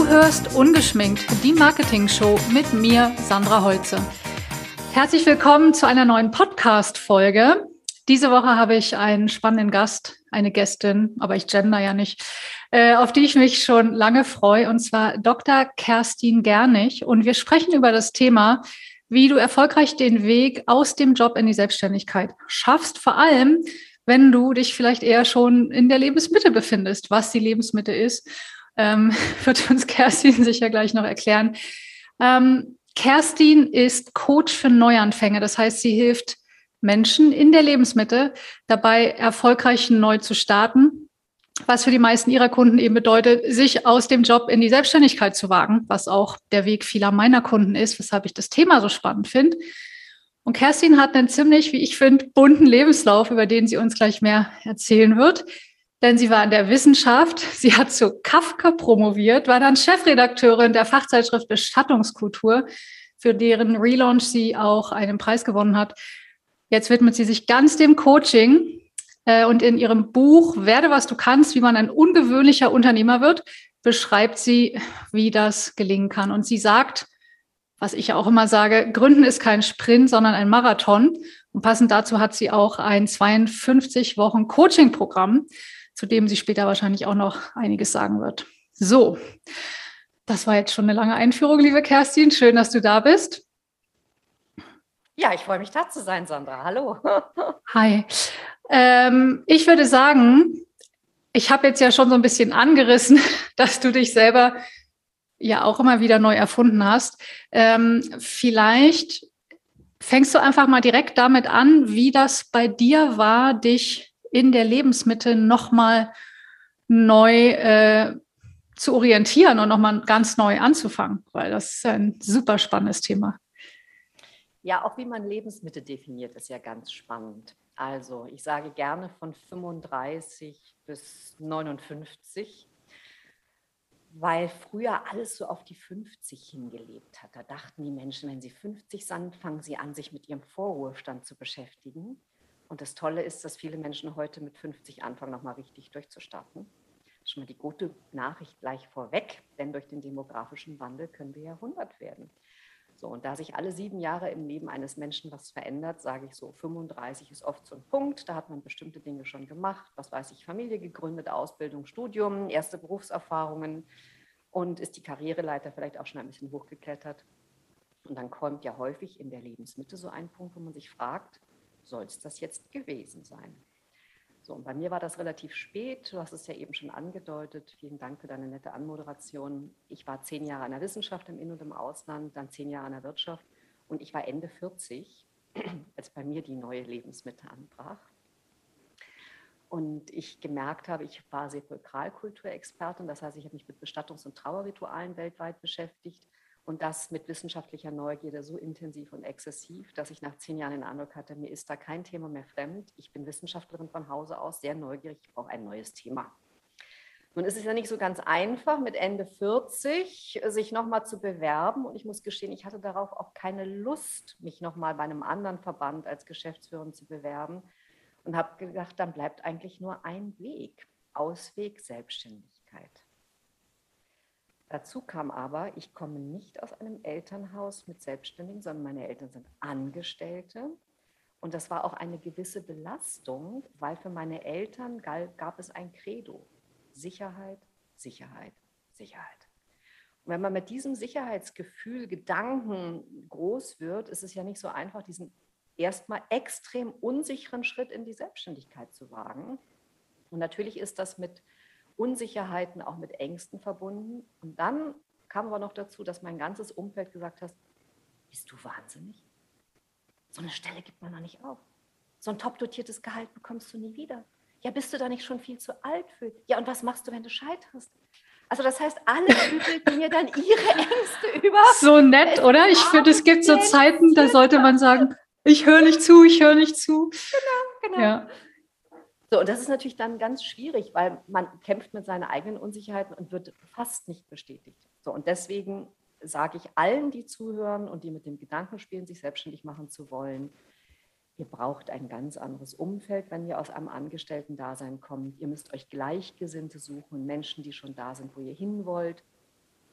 hörst Ungeschminkt, die Marketing-Show mit mir, Sandra Holze. Herzlich willkommen zu einer neuen Podcast-Folge. Diese Woche habe ich einen spannenden Gast, eine Gästin, aber ich gender ja nicht, auf die ich mich schon lange freue, und zwar Dr. Kerstin Gernig. Und wir sprechen über das Thema, wie du erfolgreich den Weg aus dem Job in die Selbstständigkeit schaffst, vor allem, wenn du dich vielleicht eher schon in der Lebensmitte befindest, was die Lebensmitte ist. Wird uns Kerstin sicher gleich noch erklären. Kerstin ist Coach für Neuanfänge. Das heißt, sie hilft Menschen in der Lebensmitte dabei, erfolgreich neu zu starten, was für die meisten ihrer Kunden eben bedeutet, sich aus dem Job in die Selbstständigkeit zu wagen, was auch der Weg vieler meiner Kunden ist, weshalb ich das Thema so spannend finde. Und Kerstin hat einen ziemlich, wie ich finde, bunten Lebenslauf, über den sie uns gleich mehr erzählen wird. Denn sie war in der Wissenschaft, sie hat zu Kafka promoviert, war dann Chefredakteurin der Fachzeitschrift Bestattungskultur, für deren Relaunch sie auch einen Preis gewonnen hat. Jetzt widmet sie sich ganz dem Coaching und in ihrem Buch Werde, was du kannst, wie man ein ungewöhnlicher Unternehmer wird, beschreibt sie, wie das gelingen kann. Und sie sagt, was ich ja auch immer sage, Gründen ist kein Sprint, sondern ein Marathon. Und passend dazu hat sie auch ein 52 Wochen Coaching-Programm, zu dem sie später wahrscheinlich auch noch einiges sagen wird. So, das war jetzt schon eine lange Einführung, liebe Kerstin. Schön, dass du da bist. Ja, ich freue mich, da zu sein, Sandra. Hallo. Hi. Ich würde sagen, ich habe jetzt ja schon so ein bisschen angerissen, dass du dich selber ja auch immer wieder neu erfunden hast. Vielleicht fängst du einfach mal direkt damit an, wie das bei dir war, dich in der Lebensmitte nochmal neu zu orientieren und nochmal ganz neu anzufangen, weil das ist ein super spannendes Thema. Ja, auch wie man Lebensmitte definiert, ist ja ganz spannend. Also ich sage gerne von 35 bis 59, weil früher alles so auf die 50 hingelebt hat. Da dachten die Menschen, wenn sie 50 sind, fangen sie an, sich mit ihrem Vorruhestand zu beschäftigen. Und das Tolle ist, dass viele Menschen heute mit 50 anfangen, nochmal richtig durchzustarten. Schon mal die gute Nachricht gleich vorweg, denn durch den demografischen Wandel können wir ja 100 werden. So, und da sich alle 7 Jahre im Leben eines Menschen was verändert, sage ich so, 35 ist oft so ein Punkt, da hat man bestimmte Dinge schon gemacht, was weiß ich, Familie gegründet, Ausbildung, Studium, erste Berufserfahrungen und ist die Karriereleiter vielleicht auch schon ein bisschen hochgeklettert. Und dann kommt ja häufig in der Lebensmitte so ein Punkt, wo man sich fragt, soll es das jetzt gewesen sein? So, und bei mir war das relativ spät. Du hast es ja eben schon angedeutet. Vielen Dank für deine nette Anmoderation. Ich war 10 Jahre an der Wissenschaft im In- und im Ausland, dann 10 Jahre an der Wirtschaft. Und ich war Ende 40, als bei mir die neue Lebensmitte anbrach. Und ich gemerkt habe, ich war Sepulkralkulturexpertin. Das heißt, ich habe mich mit Bestattungs- und Trauerritualen weltweit beschäftigt. Und das mit wissenschaftlicher Neugierde so intensiv und exzessiv, dass ich nach 10 Jahren den Eindruck hatte, mir ist da kein Thema mehr fremd. Ich bin Wissenschaftlerin von Hause aus, sehr neugierig, ich brauche ein neues Thema. Nun ist es ja nicht so ganz einfach, mit Ende 40 sich nochmal zu bewerben. Und ich muss gestehen, ich hatte darauf auch keine Lust, mich nochmal bei einem anderen Verband als Geschäftsführerin zu bewerben. Und habe gedacht, dann bleibt eigentlich nur ein Weg, Ausweg Selbstständigkeit. Dazu kam aber, ich komme nicht aus einem Elternhaus mit Selbstständigen, sondern meine Eltern sind Angestellte. Und das war auch eine gewisse Belastung, weil für meine Eltern gab es ein Credo. Sicherheit, Sicherheit, Sicherheit. Und wenn man mit diesem Sicherheitsgefühl, Gedanken groß wird, ist es ja nicht so einfach, diesen erstmal extrem unsicheren Schritt in die Selbstständigkeit zu wagen. Und natürlich ist das mit Unsicherheiten, auch mit Ängsten verbunden. Und dann kam aber noch dazu, dass mein ganzes Umfeld gesagt hat, bist du wahnsinnig? So eine Stelle gibt man doch nicht auf. So ein top dotiertes Gehalt bekommst du nie wieder. Ja, bist du da nicht schon viel zu alt für? Ja, und was machst du, wenn du scheiterst? Also das heißt, alle übelten mir dann ihre Ängste über. So nett, oder? Ich finde, es gibt so Zeiten, da sollte man sagen, ich höre nicht zu, ich höre nicht zu. Genau. Ja. So, und das ist natürlich dann ganz schwierig, weil man kämpft mit seinen eigenen Unsicherheiten und wird fast nicht bestätigt. So, und deswegen sage ich allen, die zuhören und die mit dem Gedanken spielen, sich selbstständig machen zu wollen, ihr braucht ein ganz anderes Umfeld, wenn ihr aus einem Angestellten-Dasein kommt. Ihr müsst euch Gleichgesinnte suchen, Menschen, die schon da sind, wo ihr hin wollt.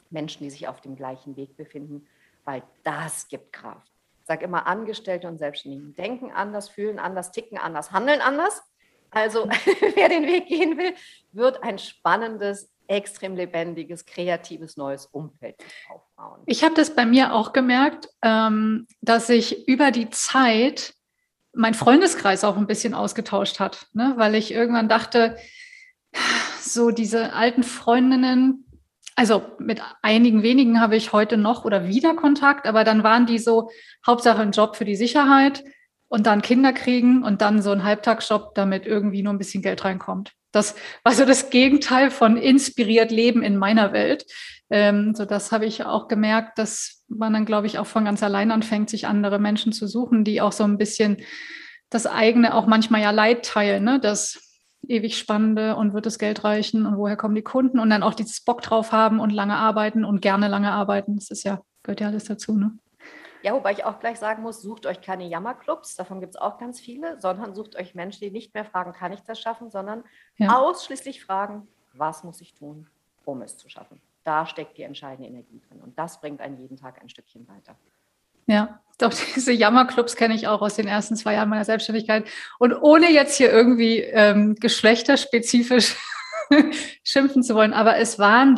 Menschen, die sich auf dem gleichen Weg befinden, weil das gibt Kraft. Ich sage immer, Angestellte und Selbstständige denken anders, fühlen anders, ticken anders, handeln anders. Also wer den Weg gehen will, wird ein spannendes, extrem lebendiges, kreatives, neues Umfeld aufbauen. Ich habe das bei mir auch gemerkt, dass sich über die Zeit mein Freundeskreis auch ein bisschen ausgetauscht hat, ne? Weil ich irgendwann dachte, so diese alten Freundinnen, also mit einigen wenigen habe ich heute noch oder wieder Kontakt, aber dann waren die so, Hauptsache ein Job für die Sicherheit und dann Kinder kriegen und dann so ein Halbtagsjob, damit irgendwie nur ein bisschen Geld reinkommt. Das war so das Gegenteil von inspiriert Leben in meiner Welt. So das habe ich auch gemerkt, dass man dann, glaube ich, auch von ganz allein anfängt, sich andere Menschen zu suchen, die auch so ein bisschen das eigene auch manchmal ja Leid teilen, ne? Das ewig Spannende und wird das Geld reichen und woher kommen die Kunden und dann auch dieses Bock drauf haben und lange arbeiten und gerne lange arbeiten. Das ist ja, gehört ja alles dazu, ne? Ja, wobei ich auch gleich sagen muss, sucht euch keine Jammerclubs, davon gibt es auch ganz viele, sondern sucht euch Menschen, die nicht mehr fragen, kann ich das schaffen, sondern ausschließlich fragen, was muss ich tun, um es zu schaffen. Da steckt die entscheidende Energie drin und das bringt einen jeden Tag ein Stückchen weiter. Ja, doch diese Jammerclubs kenne ich auch aus den ersten 2 Jahren meiner Selbstständigkeit. Und ohne jetzt hier irgendwie geschlechterspezifisch schimpfen zu wollen, aber es waren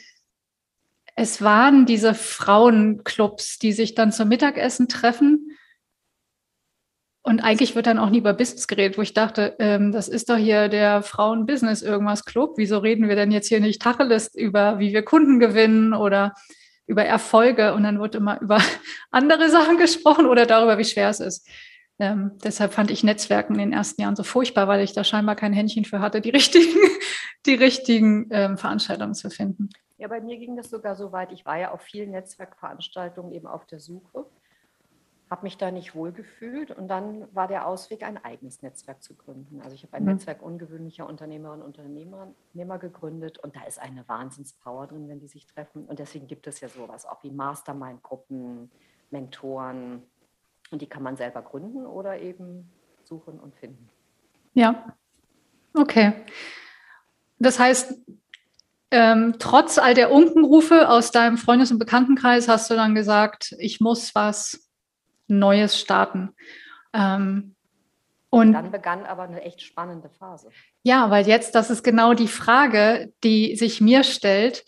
diese Frauenclubs, die sich dann zum Mittagessen treffen. Und eigentlich wird dann auch nie über Business geredet, wo ich dachte, das ist doch hier der Frauen-Business irgendwas Club. Wieso reden wir denn jetzt hier nicht Tacheles über, wie wir Kunden gewinnen oder über Erfolge? Und dann wird immer über andere Sachen gesprochen oder darüber, wie schwer es ist. Deshalb fand ich Netzwerken in den ersten Jahren so furchtbar, weil ich da scheinbar kein Händchen für hatte, die richtigen Veranstaltungen zu finden. Ja, bei mir ging das sogar so weit. Ich war ja auf vielen Netzwerkveranstaltungen eben auf der Suche, habe mich da nicht wohlgefühlt und dann war der Ausweg, ein eigenes Netzwerk zu gründen. Also ich habe ein Netzwerk ungewöhnlicher Unternehmerinnen und Unternehmer gegründet und da ist eine Wahnsinnspower drin, wenn die sich treffen. Und deswegen gibt es ja sowas, auch wie Mastermind-Gruppen, Mentoren und die kann man selber gründen oder eben suchen und finden. Ja, okay. Das heißt, trotz all der Unkenrufe aus deinem Freundes- und Bekanntenkreis hast du dann gesagt, ich muss was Neues starten. Und dann begann aber eine echt spannende Phase. Ja, weil jetzt, das ist genau die Frage, die sich mir stellt,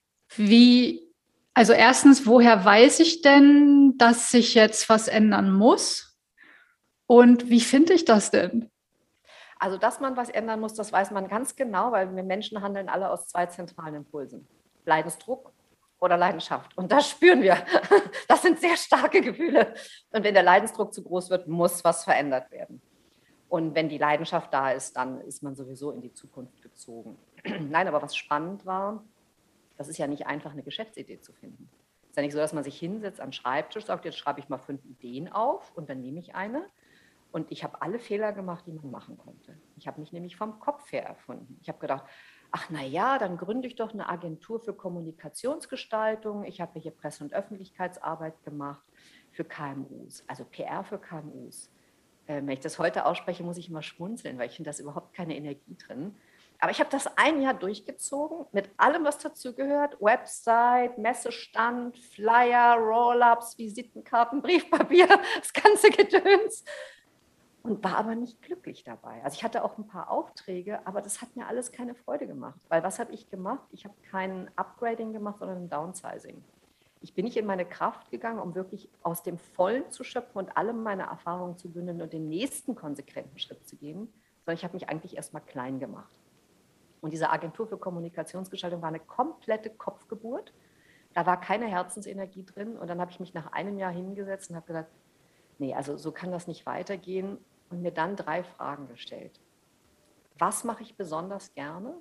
also erstens, woher weiß ich denn, dass sich jetzt was ändern muss? Und wie finde ich das denn? Also, dass man was ändern muss, das weiß man ganz genau, weil wir Menschen handeln alle aus 2 zentralen Impulsen. Leidensdruck oder Leidenschaft. Und das spüren wir. Das sind sehr starke Gefühle. Und wenn der Leidensdruck zu groß wird, muss was verändert werden. Und wenn die Leidenschaft da ist, dann ist man sowieso in die Zukunft gezogen. Nein, aber was spannend war, das ist ja nicht einfach, eine Geschäftsidee zu finden. Es ist ja nicht so, dass man sich hinsetzt am Schreibtisch, sagt, jetzt schreibe ich mal 5 Ideen auf und dann nehme ich eine. Und ich habe alle Fehler gemacht, die man machen konnte. Ich habe mich nämlich vom Kopf her erfunden. Ich habe gedacht, ach na ja, dann gründe ich doch eine Agentur für Kommunikationsgestaltung. Ich habe hier Presse- und Öffentlichkeitsarbeit gemacht für KMUs, also PR für KMUs. Wenn ich das heute ausspreche, muss ich immer schmunzeln, weil ich finde, da ist überhaupt keine Energie drin. Aber ich habe das 1 Jahr durchgezogen, mit allem, was dazugehört. Website, Messestand, Flyer, Roll-ups, Visitenkarten, Briefpapier, das ganze Gedöns. Und war aber nicht glücklich dabei. Also ich hatte auch ein paar Aufträge, aber das hat mir alles keine Freude gemacht. Weil was habe ich gemacht? Ich habe kein Upgrading gemacht, sondern ein Downsizing. Ich bin nicht in meine Kraft gegangen, um wirklich aus dem Vollen zu schöpfen und alle meine Erfahrungen zu bündeln und den nächsten konsequenten Schritt zu gehen, sondern ich habe mich eigentlich erstmal klein gemacht. Und diese Agentur für Kommunikationsgestaltung war eine komplette Kopfgeburt. Da war keine Herzensenergie drin. Und dann habe ich mich nach 1 Jahr hingesetzt und habe gedacht, nee, also so kann das nicht weitergehen. Und mir dann 3 Fragen gestellt. Was mache ich besonders gerne?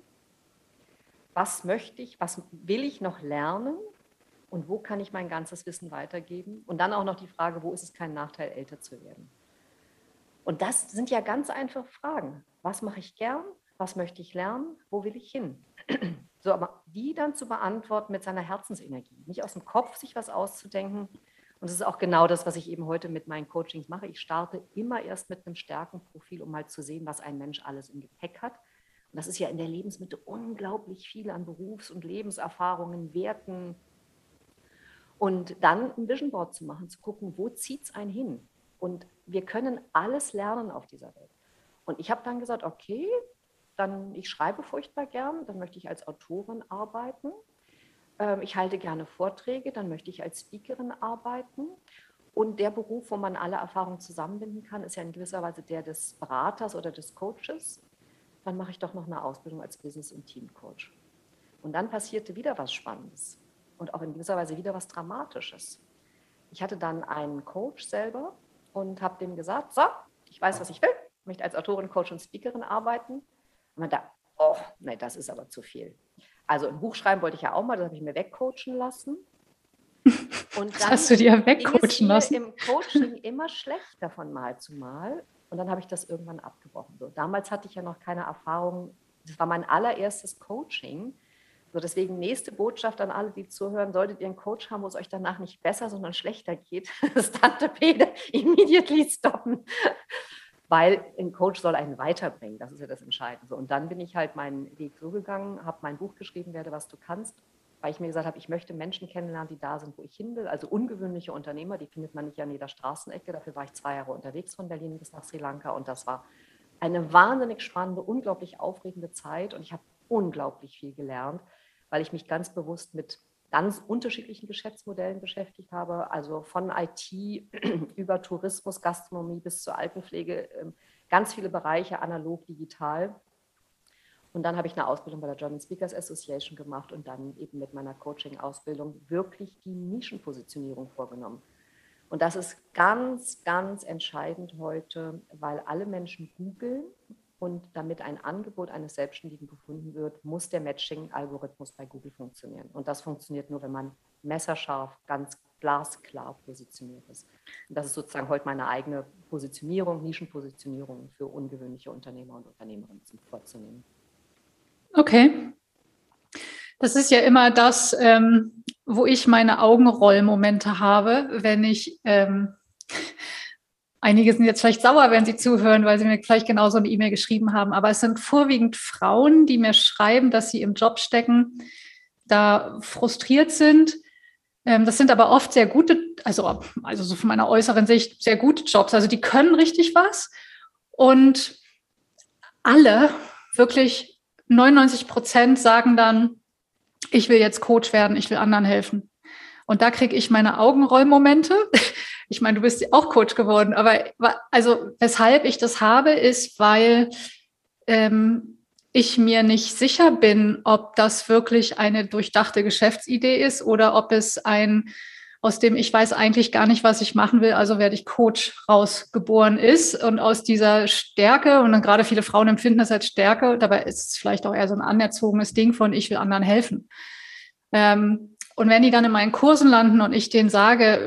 Was möchte ich, was will ich noch lernen? Und wo kann ich mein ganzes Wissen weitergeben? Und dann auch noch die Frage, wo ist es kein Nachteil, älter zu werden? Und das sind ja ganz einfache Fragen. Was mache ich gern? Was möchte ich lernen? Wo will ich hin? So, aber die dann zu beantworten mit seiner Herzensenergie. Nicht aus dem Kopf sich was auszudenken. Und das ist auch genau das, was ich eben heute mit meinen Coachings mache. Ich starte immer erst mit einem Stärkenprofil, um mal zu sehen, was ein Mensch alles im Gepäck hat. Und das ist ja in der Lebensmitte unglaublich viel an Berufs- und Lebenserfahrungen, Werten, Und dann ein Vision Board zu machen, zu gucken, wo zieht es einen hin? Und wir können alles lernen auf dieser Welt. Und ich habe dann gesagt, okay, dann ich schreibe furchtbar gern, dann möchte ich als Autorin arbeiten. Ich halte gerne Vorträge, dann möchte ich als Speakerin arbeiten. Und der Beruf, wo man alle Erfahrungen zusammenbinden kann, ist ja in gewisser Weise der des Beraters oder des Coaches. Dann mache ich doch noch eine Ausbildung als Business- und Teamcoach. Und dann passierte wieder was Spannendes und auch in gewisser Weise wieder was Dramatisches. Ich hatte dann einen Coach selber und habe dem gesagt, so, ich weiß, was ich will, ich möchte als Autorin, Coach und Speakerin arbeiten. Und man dachte, oh, nee, das ist aber zu viel. Also ein Buch schreiben wollte ich ja auch mal, das habe ich mir wegcoachen lassen. Und Das dann hast du dir ging es wegcoachen mir lassen? im Coaching immer schlechter von Mal zu Mal. Und dann habe ich das irgendwann abgebrochen. So, damals hatte ich ja noch keine Erfahrung. Das war mein allererstes Coaching. So, deswegen nächste Botschaft an alle, die zuhören: Solltet ihr einen Coach haben, wo es euch danach nicht besser, sondern schlechter geht, das Tante Pede immediately stoppen. Weil ein Coach soll einen weiterbringen. Das ist ja das Entscheidende. So, und dann bin ich halt meinen Weg so gegangen, habe mein Buch geschrieben, Werde, was du kannst, weil ich mir gesagt habe, ich möchte Menschen kennenlernen, die da sind, wo ich hin will. Also ungewöhnliche Unternehmer, die findet man nicht an jeder Straßenecke. Dafür war ich 2 Jahre unterwegs von Berlin bis nach Sri Lanka. Und das war eine wahnsinnig spannende, unglaublich aufregende Zeit. Und ich habe unglaublich viel gelernt, weil ich mich ganz bewusst mit ganz unterschiedlichen Geschäftsmodellen beschäftigt habe. Also von IT über Tourismus, Gastronomie bis zur Altenpflege. Ganz viele Bereiche, analog, digital. Und dann habe ich eine Ausbildung bei der German Speakers Association gemacht und dann eben mit meiner Coaching-Ausbildung wirklich die Nischenpositionierung vorgenommen. Und das ist ganz, ganz entscheidend heute, weil alle Menschen googeln und damit ein Angebot eines Selbstständigen gefunden wird, muss der Matching-Algorithmus bei Google funktionieren. Und das funktioniert nur, wenn man messerscharf, ganz glasklar positioniert ist. Und das ist sozusagen heute meine eigene Positionierung, Nischenpositionierung für ungewöhnliche Unternehmer und Unternehmerinnen vorzunehmen. Okay. Das ist ja immer das, wo ich meine Augenrollmomente habe, wenn ich, einige sind jetzt vielleicht sauer, wenn sie zuhören, weil sie mir vielleicht genauso eine E-Mail geschrieben haben, aber es sind vorwiegend Frauen, die mir schreiben, dass sie im Job stecken, da frustriert sind. Das sind aber oft sehr gute, also so von meiner äußeren Sicht, sehr gute Jobs. Also die können richtig was und alle, wirklich 99% sagen dann, ich will jetzt Coach werden, ich will anderen helfen. Und da kriege ich meine Augenrollmomente. Ich meine, du bist auch Coach geworden, aber also weshalb ich das habe, ist, weil ich mir nicht sicher bin, ob das wirklich eine durchdachte Geschäftsidee ist oder ob es aus dem ich weiß eigentlich gar nicht, was ich machen will, also werde ich Coach rausgeboren ist und aus dieser Stärke, und dann gerade viele Frauen empfinden das als Stärke, dabei ist es vielleicht auch eher so ein anerzogenes Ding von ich will anderen helfen. Und wenn die dann in meinen Kursen landen und ich denen sage,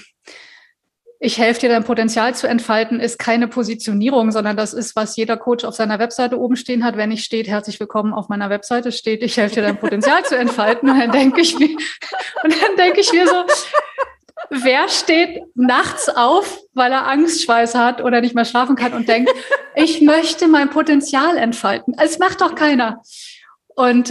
ich helfe dir, dein Potenzial zu entfalten, ist keine Positionierung, sondern das ist, was jeder Coach auf seiner Webseite oben stehen hat. Wenn nicht steht, herzlich willkommen auf meiner Webseite, steht, ich helfe dir, dein Potenzial zu entfalten. Und dann denke ich mir so, wer steht nachts auf, weil er Angstschweiß hat oder nicht mehr schlafen kann und denkt, ich möchte mein Potenzial entfalten. Es macht doch keiner. Und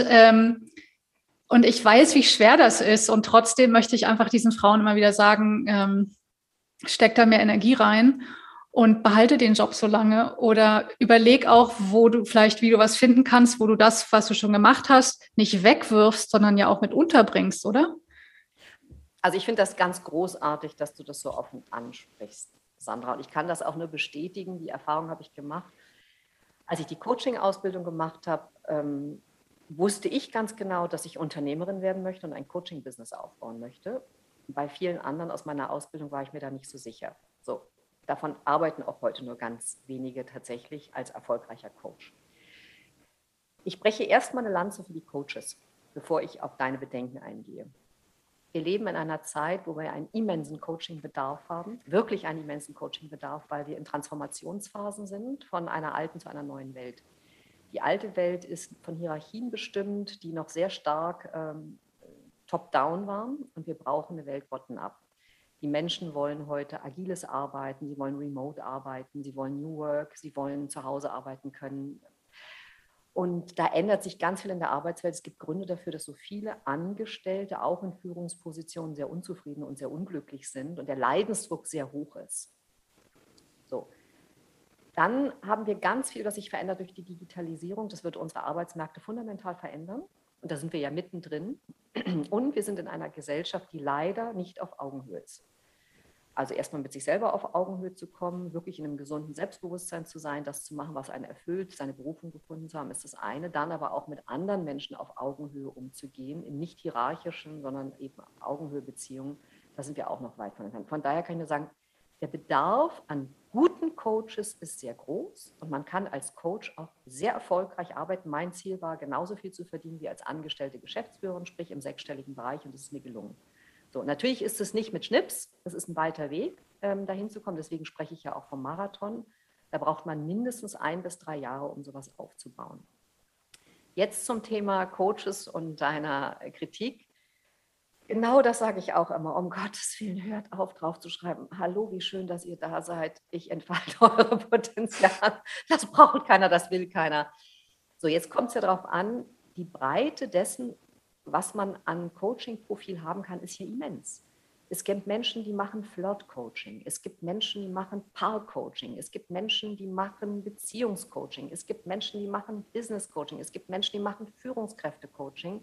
ich weiß, wie schwer das ist. Und trotzdem möchte ich einfach diesen Frauen immer wieder sagen, steck da mehr Energie rein und behalte den Job so lange oder überleg auch, wie du was finden kannst, wo du das, was du schon gemacht hast, nicht wegwirfst, sondern ja auch mit unterbringst, oder? Also ich finde das ganz großartig, dass du das so offen ansprichst, Sandra. Und ich kann das auch nur bestätigen. Die Erfahrung habe ich gemacht. Als ich die Coaching-Ausbildung gemacht habe, wusste ich ganz genau, dass ich Unternehmerin werden möchte und ein Coaching-Business aufbauen möchte. Bei vielen anderen aus meiner Ausbildung war ich mir da nicht so sicher. So, davon arbeiten auch heute nur ganz wenige tatsächlich als erfolgreicher Coach. Ich breche erstmal eine Lanze für die Coaches, bevor ich auf deine Bedenken eingehe. Wir leben in einer Zeit, wo wir einen immensen Coaching-Bedarf haben, wirklich einen immensen Coaching-Bedarf, weil wir in Transformationsphasen sind von einer alten zu einer neuen Welt. Die alte Welt ist von Hierarchien bestimmt, die noch sehr stark top-down waren, und wir brauchen eine Welt bottom-up. Die Menschen wollen heute agiles Arbeiten, sie wollen remote arbeiten, sie wollen New Work, sie wollen zu Hause arbeiten können. Und da ändert sich ganz viel in der Arbeitswelt. Es gibt Gründe dafür, dass so viele Angestellte auch in Führungspositionen sehr unzufrieden und sehr unglücklich sind und der Leidensdruck sehr hoch ist. So. Dann haben wir ganz viel, was sich verändert durch die Digitalisierung. Das wird unsere Arbeitsmärkte fundamental verändern. Und da sind wir ja mittendrin. Und wir sind in einer Gesellschaft, die leider nicht auf Augenhöhe ist. Also erstmal mit sich selber auf Augenhöhe zu kommen, wirklich in einem gesunden Selbstbewusstsein zu sein, das zu machen, was einen erfüllt, seine Berufung gefunden zu haben, ist das eine. Dann aber auch mit anderen Menschen auf Augenhöhe umzugehen, in nicht hierarchischen, sondern eben Augenhöhe-Beziehungen. Da sind wir auch noch weit von entfernt. Von daher kann ich nur sagen, der Bedarf an guten Coaches ist sehr groß und man kann als Coach auch sehr erfolgreich arbeiten. Mein Ziel war, genauso viel zu verdienen wie als angestellte Geschäftsführerin, sprich im sechsstelligen Bereich, und das ist mir gelungen. So, natürlich ist es nicht mit Schnips, das ist ein weiter Weg, dahin zu kommen. Deswegen spreche ich ja auch vom Marathon. Da braucht man mindestens 1 bis 3 Jahre, um sowas aufzubauen. Jetzt zum Thema Coaches und deiner Kritik. Genau das sage ich auch immer. Um Gottes Willen, hört auf, drauf zu schreiben. Hallo, wie schön, dass ihr da seid. Ich entfalte eure Potenzial. Das braucht keiner, das will keiner. So, jetzt kommt es ja darauf an, die Breite dessen, was man an Coaching-Profil haben kann, ist hier immens. Es gibt Menschen, die machen Flirt-Coaching. Es gibt Menschen, die machen Paar-Coaching. Es gibt Menschen, die machen Beziehungscoaching. Es gibt Menschen, die machen Business-Coaching. Es gibt Menschen, die machen Führungskräfte-Coaching.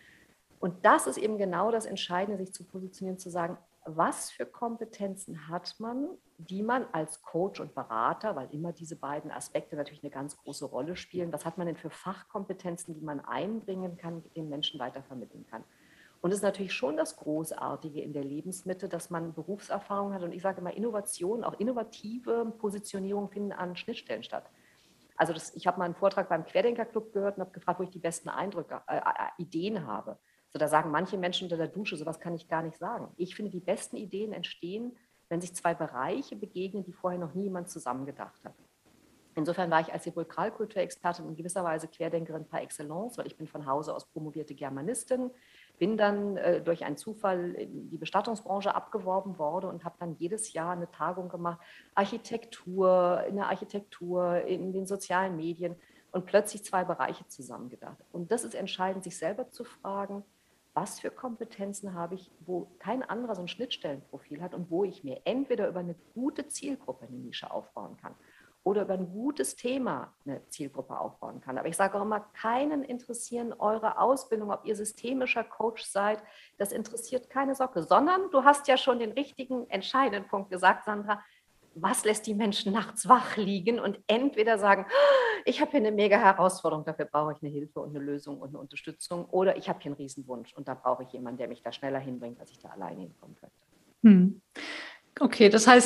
Und das ist eben genau das Entscheidende, sich zu positionieren, zu sagen, was für Kompetenzen hat man, die man als Coach und Berater, weil immer diese beiden Aspekte natürlich eine ganz große Rolle spielen, was hat man denn für Fachkompetenzen, die man einbringen kann, den Menschen weitervermitteln kann. Und es ist natürlich schon das Großartige in der Lebensmitte, dass man Berufserfahrung hat. Und ich sage immer, Innovation, auch innovative Positionierung finden an Schnittstellen statt. Also ich habe mal einen Vortrag beim Querdenker-Club gehört und habe gefragt, wo ich die besten Eindrücke, Ideen habe. So, da sagen manche Menschen unter der Dusche, sowas kann ich gar nicht sagen. Ich finde, die besten Ideen entstehen, wenn sich 2 Bereiche begegnen, die vorher noch nie jemand zusammengedacht hat. Insofern war ich als Sepulkralkulturexpertin in gewisser Weise Querdenkerin par excellence, weil ich bin von Hause aus promovierte Germanistin, bin dann durch einen Zufall in die Bestattungsbranche abgeworben worden und habe dann jedes Jahr eine Tagung gemacht, Architektur, in der Architektur, in den sozialen Medien und plötzlich 2 Bereiche zusammengedacht. Und das ist entscheidend, sich selber zu fragen, was für Kompetenzen habe ich, wo kein anderer so ein Schnittstellenprofil hat und wo ich mir entweder über eine gute Zielgruppe eine Nische aufbauen kann oder über ein gutes Thema eine Zielgruppe aufbauen kann. Aber ich sage auch immer, keinen interessieren eure Ausbildung, ob ihr systemischer Coach seid, das interessiert keine Socke, sondern du hast ja schon den richtigen, entscheidenden Punkt gesagt, Sandra, was lässt die Menschen nachts wach liegen und entweder sagen, ich habe hier eine mega Herausforderung, dafür brauche ich eine Hilfe und eine Lösung und eine Unterstützung, oder ich habe hier einen Riesenwunsch und da brauche ich jemanden, der mich da schneller hinbringt, als ich da alleine hinkommen könnte. Okay, das heißt,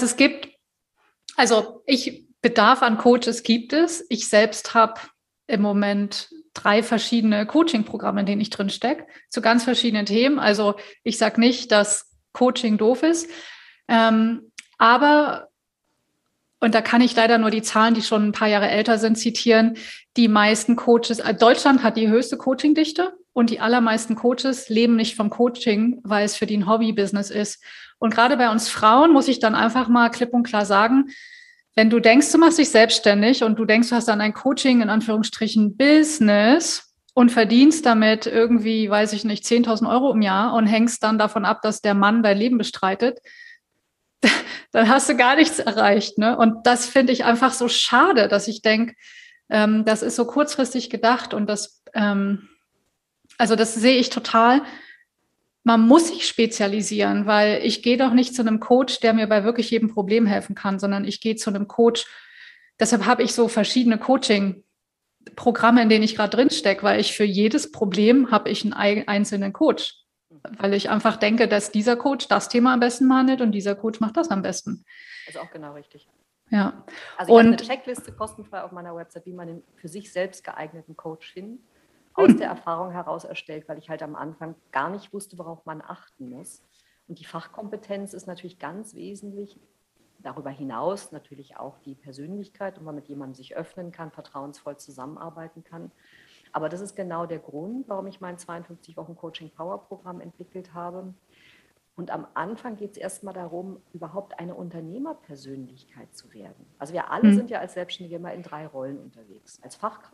Bedarf an Coaches gibt es. Ich selbst habe im Moment 3 verschiedene Coaching-Programme, in denen ich drin stecke, zu ganz verschiedenen Themen. Also ich sage nicht, dass Coaching doof ist, aber und da kann ich leider nur die Zahlen, die schon ein paar Jahre älter sind, zitieren. Die meisten Coaches, Deutschland hat die höchste Coachingdichte und die allermeisten Coaches leben nicht vom Coaching, weil es für die ein Hobby-Business ist. Und gerade bei uns Frauen muss ich dann einfach mal klipp und klar sagen, wenn du denkst, du machst dich selbstständig und du denkst, du hast dann ein Coaching, in Anführungsstrichen, Business und verdienst damit irgendwie, weiß ich nicht, 10.000 Euro im Jahr und hängst dann davon ab, dass der Mann dein Leben bestreitet, dann hast du gar nichts erreicht. Ne? Und das finde ich einfach so schade, dass ich denke, das ist so kurzfristig gedacht und das sehe ich total. Man muss sich spezialisieren, weil ich gehe doch nicht zu einem Coach, der mir bei wirklich jedem Problem helfen kann, sondern ich gehe zu einem Coach. Deshalb habe ich so verschiedene Coaching-Programme, in denen ich gerade drin stecke, weil ich für jedes Problem habe ich einen einzelnen Coach. Weil ich einfach denke, dass dieser Coach das Thema am besten behandelt und dieser Coach macht das am besten. Das ist auch genau richtig. Ja. Also ich habe eine Checkliste kostenfrei auf meiner Website, wie man den für sich selbst geeigneten Coach findet, aus der Erfahrung heraus erstellt, weil ich halt am Anfang gar nicht wusste, worauf man achten muss. Und die Fachkompetenz ist natürlich ganz wesentlich. Darüber hinaus natürlich auch die Persönlichkeit, und man mit jemandem sich öffnen kann, vertrauensvoll zusammenarbeiten kann. Aber das ist genau der Grund, warum ich mein 52 Wochen Coaching Power Programm entwickelt habe. Und am Anfang geht es erstmal darum, überhaupt eine Unternehmerpersönlichkeit zu werden. Also wir alle sind ja als Selbstständige immer in 3 Rollen unterwegs. Als Fachkraft,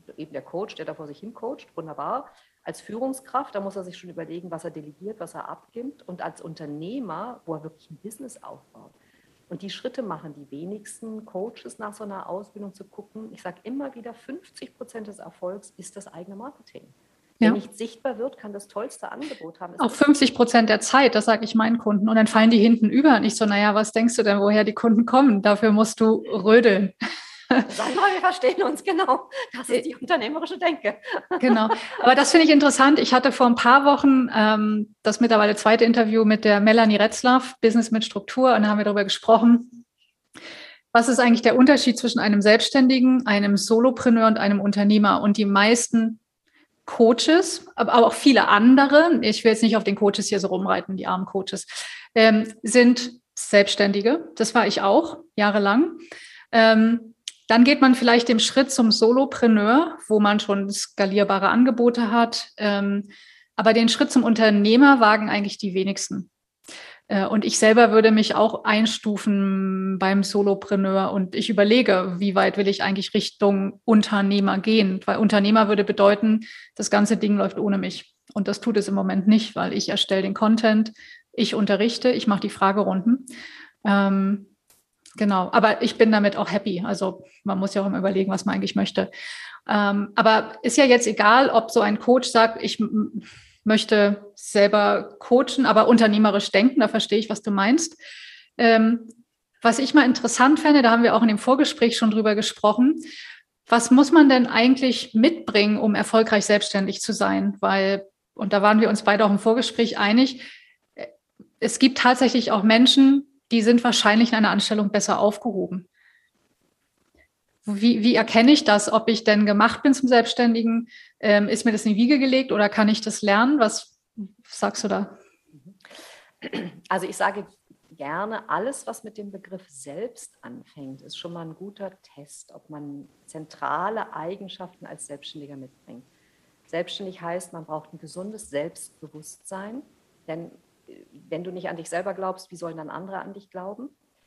eben der Coach, der da vor sich hin coacht, wunderbar. Als Führungskraft, da muss er sich schon überlegen, was er delegiert, was er abgibt. Und als Unternehmer, wo er wirklich ein Business aufbaut. Und die Schritte machen die wenigsten Coaches nach so einer Ausbildung zu gucken. Ich sage immer wieder, 50% des Erfolgs ist das eigene Marketing. Wer nicht sichtbar wird, kann das tollste Angebot haben. Auch 50% der Zeit, das sage ich meinen Kunden. Und dann fallen die hinten über. Und ich so, naja, was denkst du denn, woher die Kunden kommen? Dafür musst du rödeln. Sagen wir, wir verstehen uns, genau. Das ist die unternehmerische Denke. Genau. Aber das finde ich interessant. Ich hatte vor ein paar Wochen das mittlerweile zweite Interview mit der Melanie Retzlaff, Business mit Struktur. Und da haben wir darüber gesprochen, was ist eigentlich der Unterschied zwischen einem Selbstständigen, einem Solopreneur und einem Unternehmer? Und die meisten Coaches, aber auch viele andere, ich will jetzt nicht auf den Coaches hier so rumreiten, die armen Coaches, sind Selbstständige. Das war ich auch jahrelang. Dann geht man vielleicht den Schritt zum Solopreneur, wo man schon skalierbare Angebote hat. Aber den Schritt zum Unternehmer wagen eigentlich die wenigsten. Und ich selber würde mich auch einstufen beim Solopreneur und ich überlege, wie weit will ich eigentlich Richtung Unternehmer gehen? Weil Unternehmer würde bedeuten, das ganze Ding läuft ohne mich. Und das tut es im Moment nicht, weil ich erstelle den Content, ich unterrichte, ich mache die Fragerunden. Genau, aber ich bin damit auch happy. Also man muss ja auch immer überlegen, was man eigentlich möchte. Aber ist ja jetzt egal, ob so ein Coach sagt, ich möchte selber coachen, aber unternehmerisch denken, da verstehe ich, was du meinst. Was ich mal interessant fände, da haben wir auch in dem Vorgespräch schon drüber gesprochen, was muss man denn eigentlich mitbringen, um erfolgreich selbstständig zu sein? Weil, und da waren wir uns beide auch im Vorgespräch einig, es gibt tatsächlich auch Menschen, die sind wahrscheinlich in einer Anstellung besser aufgehoben. Wie erkenne ich das, ob ich denn gemacht bin zum Selbstständigen? Ist mir das in die Wiege gelegt oder kann ich das lernen? Was sagst du da? Also ich sage gerne, alles, was mit dem Begriff selbst anfängt, ist schon mal ein guter Test, ob man zentrale Eigenschaften als Selbstständiger mitbringt. Selbstständig heißt, man braucht ein gesundes Selbstbewusstsein, denn wenn du nicht an dich selber glaubst, wie sollen dann andere an dich glauben?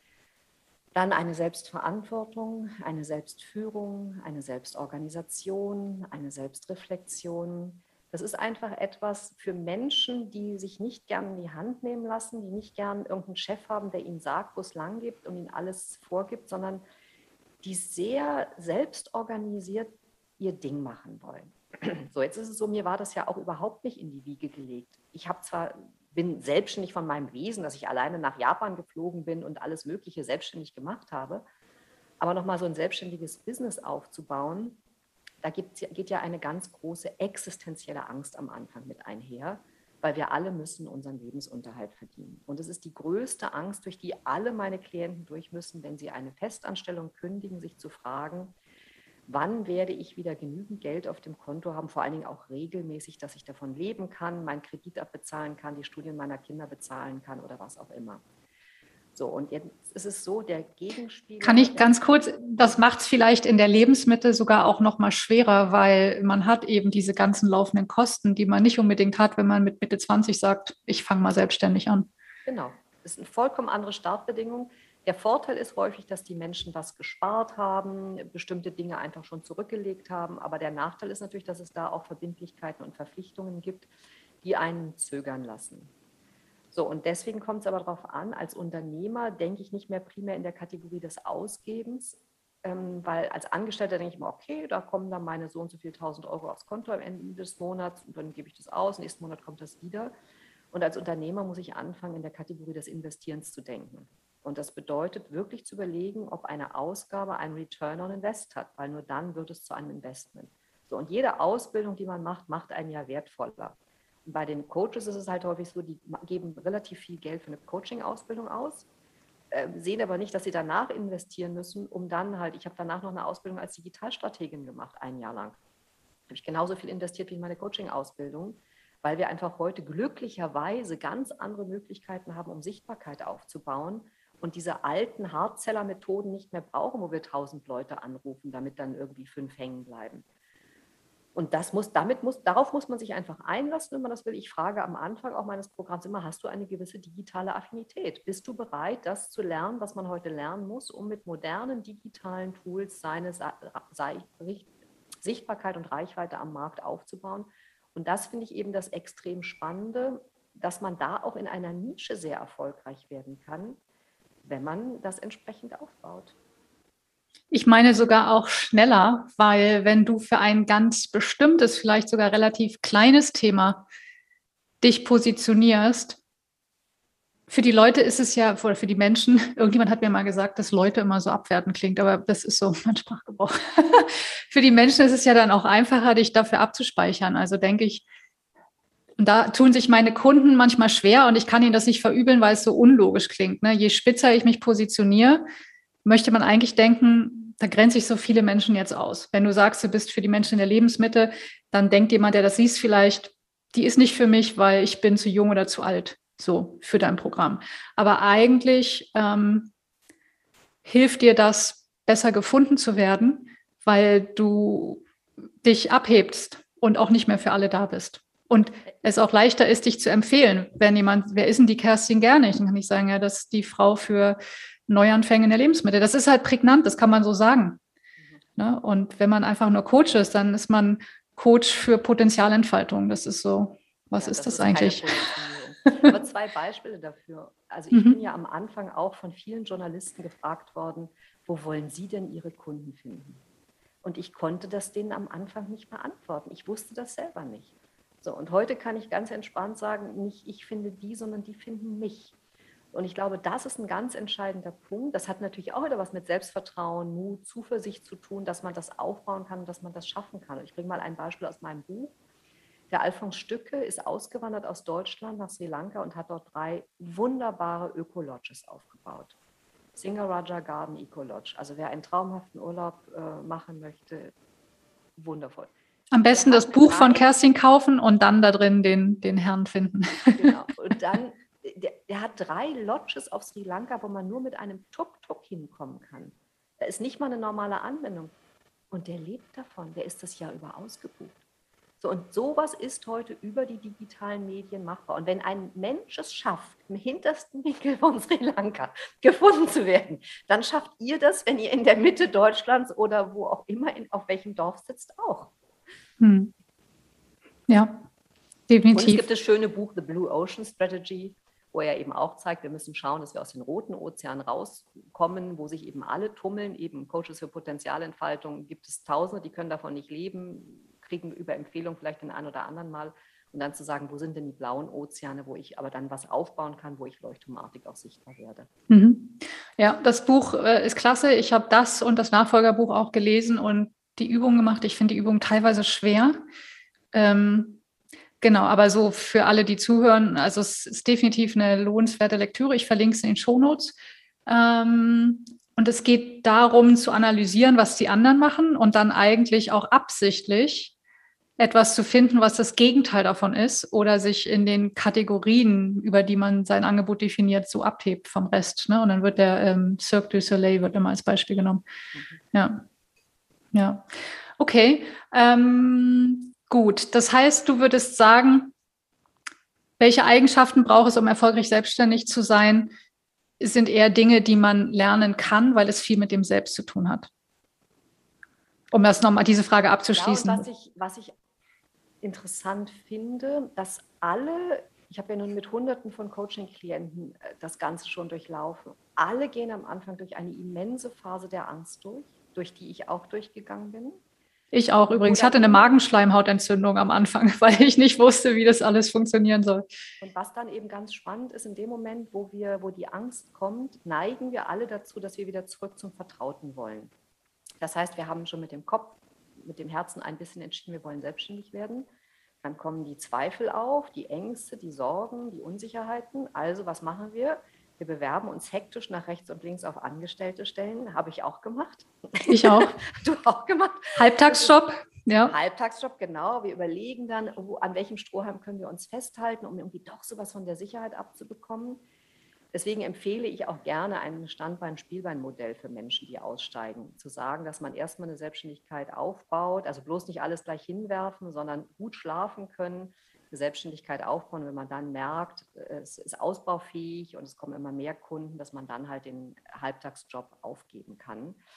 Dann eine Selbstverantwortung, eine Selbstführung, eine Selbstorganisation, eine Selbstreflexion. Das ist einfach etwas für Menschen, die sich nicht gern in die Hand nehmen lassen, die nicht gern irgendeinen Chef haben, der ihnen sagt, wo es lang geht und ihnen alles vorgibt, sondern die sehr selbstorganisiert ihr Ding machen wollen. So, jetzt ist es so, mir war das ja auch überhaupt nicht in die Wiege gelegt. Ich bin selbstständig von meinem Wesen, dass ich alleine nach Japan geflogen bin und alles Mögliche selbstständig gemacht habe. Aber nochmal so ein selbstständiges Business aufzubauen, da geht ja eine ganz große existenzielle Angst am Anfang mit einher, weil wir alle müssen unseren Lebensunterhalt verdienen. Und es ist die größte Angst, durch die alle meine Klienten durch müssen, wenn sie eine Festanstellung kündigen, sich zu fragen, wann werde ich wieder genügend Geld auf dem Konto haben, vor allen Dingen auch regelmäßig, dass ich davon leben kann, meinen Kredit abbezahlen kann, die Studien meiner Kinder bezahlen kann oder was auch immer. So, und jetzt ist es so, der Gegenspieler... Kann ich ganz kurz, das macht es vielleicht in der Lebensmittel sogar auch noch mal schwerer, weil man hat eben diese ganzen laufenden Kosten, die man nicht unbedingt hat, wenn man mit Mitte 20 sagt, ich fange mal selbstständig an. Genau, das ist eine vollkommen andere Startbedingung. Der Vorteil ist häufig, dass die Menschen was gespart haben, bestimmte Dinge einfach schon zurückgelegt haben. Aber der Nachteil ist natürlich, dass es da auch Verbindlichkeiten und Verpflichtungen gibt, die einen zögern lassen. So, und deswegen kommt es aber darauf an, als Unternehmer denke ich nicht mehr primär in der Kategorie des Ausgebens, weil als Angestellter denke ich immer, okay, da kommen dann meine so und so viel 1.000 Euro aufs Konto am Ende des Monats und dann gebe ich das aus, nächsten Monat kommt das wieder. Und als Unternehmer muss ich anfangen, in der Kategorie des Investierens zu denken. Und das bedeutet wirklich zu überlegen, ob eine Ausgabe einen Return on Invest hat, weil nur dann wird es zu einem Investment. So, und jede Ausbildung, die man macht, macht einen ja wertvoller. Und bei den Coaches ist es halt häufig so, die geben relativ viel Geld für eine Coaching-Ausbildung aus, sehen aber nicht, dass sie danach investieren müssen, um dann halt, ich habe danach noch eine Ausbildung als Digitalstrategin gemacht, ein Jahr lang. Habe ich genauso viel investiert wie in meine Coaching-Ausbildung, weil wir einfach heute glücklicherweise ganz andere Möglichkeiten haben, um Sichtbarkeit aufzubauen und diese alten Hardseller-Methoden nicht mehr brauchen, wo wir 1.000 Leute anrufen, damit dann irgendwie 5 hängen bleiben. Und darauf muss man sich einfach einlassen, wenn man das will. Ich frage am Anfang auch meines Programms immer, hast du eine gewisse digitale Affinität? Bist du bereit, das zu lernen, was man heute lernen muss, um mit modernen digitalen Tools Sichtbarkeit und Reichweite am Markt aufzubauen. Und das finde ich eben das extrem Spannende, dass man da auch in einer Nische sehr erfolgreich werden kann, wenn man das entsprechend aufbaut. Ich meine sogar auch schneller, weil wenn du für ein ganz bestimmtes, vielleicht sogar relativ kleines Thema dich positionierst, für die Leute ist es ja, oder für die Menschen, irgendjemand hat mir mal gesagt, dass Leute immer so abwertend klingt, aber das ist so mein Sprachgebrauch. Für die Menschen ist es ja dann auch einfacher, dich dafür abzuspeichern. Also denke ich, und da tun sich meine Kunden manchmal schwer und ich kann ihnen das nicht verübeln, weil es so unlogisch klingt. Ne? Je spitzer ich mich positioniere, möchte man eigentlich denken, da grenze ich so viele Menschen jetzt aus. Wenn du sagst, du bist für die Menschen in der Lebensmitte, dann denkt jemand, der das liest, vielleicht, die ist nicht für mich, weil ich bin zu jung oder zu alt, so für dein Programm. Aber eigentlich hilft dir das, besser gefunden zu werden, weil du dich abhebst und auch nicht mehr für alle da bist. Und es auch leichter ist, dich zu empfehlen. Wenn jemand, wer ist denn die Kerstin Gernig? Dann kann ich sagen, ja, das ist die Frau für Neuanfänge in der Lebensmittel. Das ist halt prägnant, das kann man so sagen. Ne? Und wenn man einfach nur Coach ist, dann ist man Coach für Potenzialentfaltung. Das ist so, was ist das eigentlich? Aber 2 Beispiele dafür. Also ich bin ja am Anfang auch von vielen Journalisten gefragt worden, wo wollen Sie denn Ihre Kunden finden? Und ich konnte das denen am Anfang nicht beantworten. Ich wusste das selber nicht. So, und heute kann ich ganz entspannt sagen, nicht ich finde die, sondern die finden mich. Und ich glaube, das ist ein ganz entscheidender Punkt. Das hat natürlich auch wieder was mit Selbstvertrauen, Mut, Zuversicht zu tun, dass man das aufbauen kann und dass man das schaffen kann. Und ich bringe mal ein Beispiel aus meinem Buch. Der Alfons Stücke ist ausgewandert aus Deutschland nach Sri Lanka und hat dort 3 wunderbare Öko-Lodges aufgebaut. Singaraja Garden Eco Lodge. Also wer einen traumhaften Urlaub machen möchte, wundervoll. Am besten das Buch von Kerstin kaufen und dann da drin den Herrn finden. Genau. Und dann, der hat 3 Lodges auf Sri Lanka, wo man nur mit einem Tuk-Tuk hinkommen kann. Da ist nicht mal eine normale Anbindung. Und der lebt davon. Der ist das Jahr über ausgebucht. So, und sowas ist heute über die digitalen Medien machbar. Und wenn ein Mensch es schafft, im hintersten Winkel von Sri Lanka gefunden zu werden, dann schafft ihr das, wenn ihr in der Mitte Deutschlands oder wo auch immer, auf welchem Dorf sitzt, auch. Ja, definitiv. Und es gibt das schöne Buch The Blue Ocean Strategy, wo er eben auch zeigt, wir müssen schauen, dass wir aus den roten Ozeanen rauskommen, wo sich eben alle tummeln, eben Coaches für Potenzialentfaltung, gibt es Tausende, die können davon nicht leben, kriegen über Empfehlung vielleicht den einen oder anderen mal und dann zu sagen, wo sind denn die blauen Ozeane, wo ich aber dann was aufbauen kann, wo ich leuchtturmartig auch sichtbar werde. Ja, das Buch ist klasse. Ich habe das und das Nachfolgerbuch auch gelesen und die Übung gemacht. Ich finde die Übung teilweise schwer. Genau, aber so für alle, die zuhören, also es ist definitiv eine lohnenswerte Lektüre. Ich verlinke es in den Shownotes. Und es geht darum, zu analysieren, was die anderen machen und dann eigentlich auch absichtlich etwas zu finden, was das Gegenteil davon ist oder sich in den Kategorien, über die man sein Angebot definiert, so abhebt vom Rest. Ne? Und dann wird der Cirque du Soleil wird immer als Beispiel genommen. Ja. Okay. Gut. Das heißt, du würdest sagen, welche Eigenschaften braucht es, um erfolgreich selbstständig zu sein, sind eher Dinge, die man lernen kann, weil es viel mit dem Selbst zu tun hat. Um das nochmal, diese Frage abzuschließen. Ja, und was ich interessant finde, dass alle, ich habe ja nun mit Hunderten von Coaching-Klienten das Ganze schon durchlaufen, alle gehen am Anfang durch eine immense Phase der Angst durch die ich auch durchgegangen bin. Ich auch übrigens. Ich hatte eine Magenschleimhautentzündung am Anfang, weil ich nicht wusste, wie das alles funktionieren soll. Und was dann eben ganz spannend ist, in dem Moment, wo die Angst kommt, neigen wir alle dazu, dass wir wieder zurück zum Vertrauten wollen. Das heißt, wir haben schon mit dem Kopf, mit dem Herzen ein bisschen entschieden, wir wollen selbstständig werden. Dann kommen die Zweifel auf, die Ängste, die Sorgen, die Unsicherheiten. Also was machen wir? Wir bewerben uns hektisch nach rechts und links auf angestellte Stellen. Habe ich auch gemacht. Ich auch. Du auch gemacht. Halbtagsjob. Ja. Halbtagsjob, genau. Wir überlegen dann, an welchem Strohhalm können wir uns festhalten, um irgendwie doch sowas von der Sicherheit abzubekommen. Deswegen empfehle ich auch gerne ein Standbein-Spielbein-Modell für Menschen, die aussteigen. Zu sagen, dass man erstmal eine Selbstständigkeit aufbaut, also bloß nicht alles gleich hinwerfen, sondern gut schlafen können, eine Selbstständigkeit aufbauen. Wenn man dann merkt, es ist ausbaufähig und es kommen immer mehr Kunden, dass man dann halt den Halbtagsjob aufgeben kann.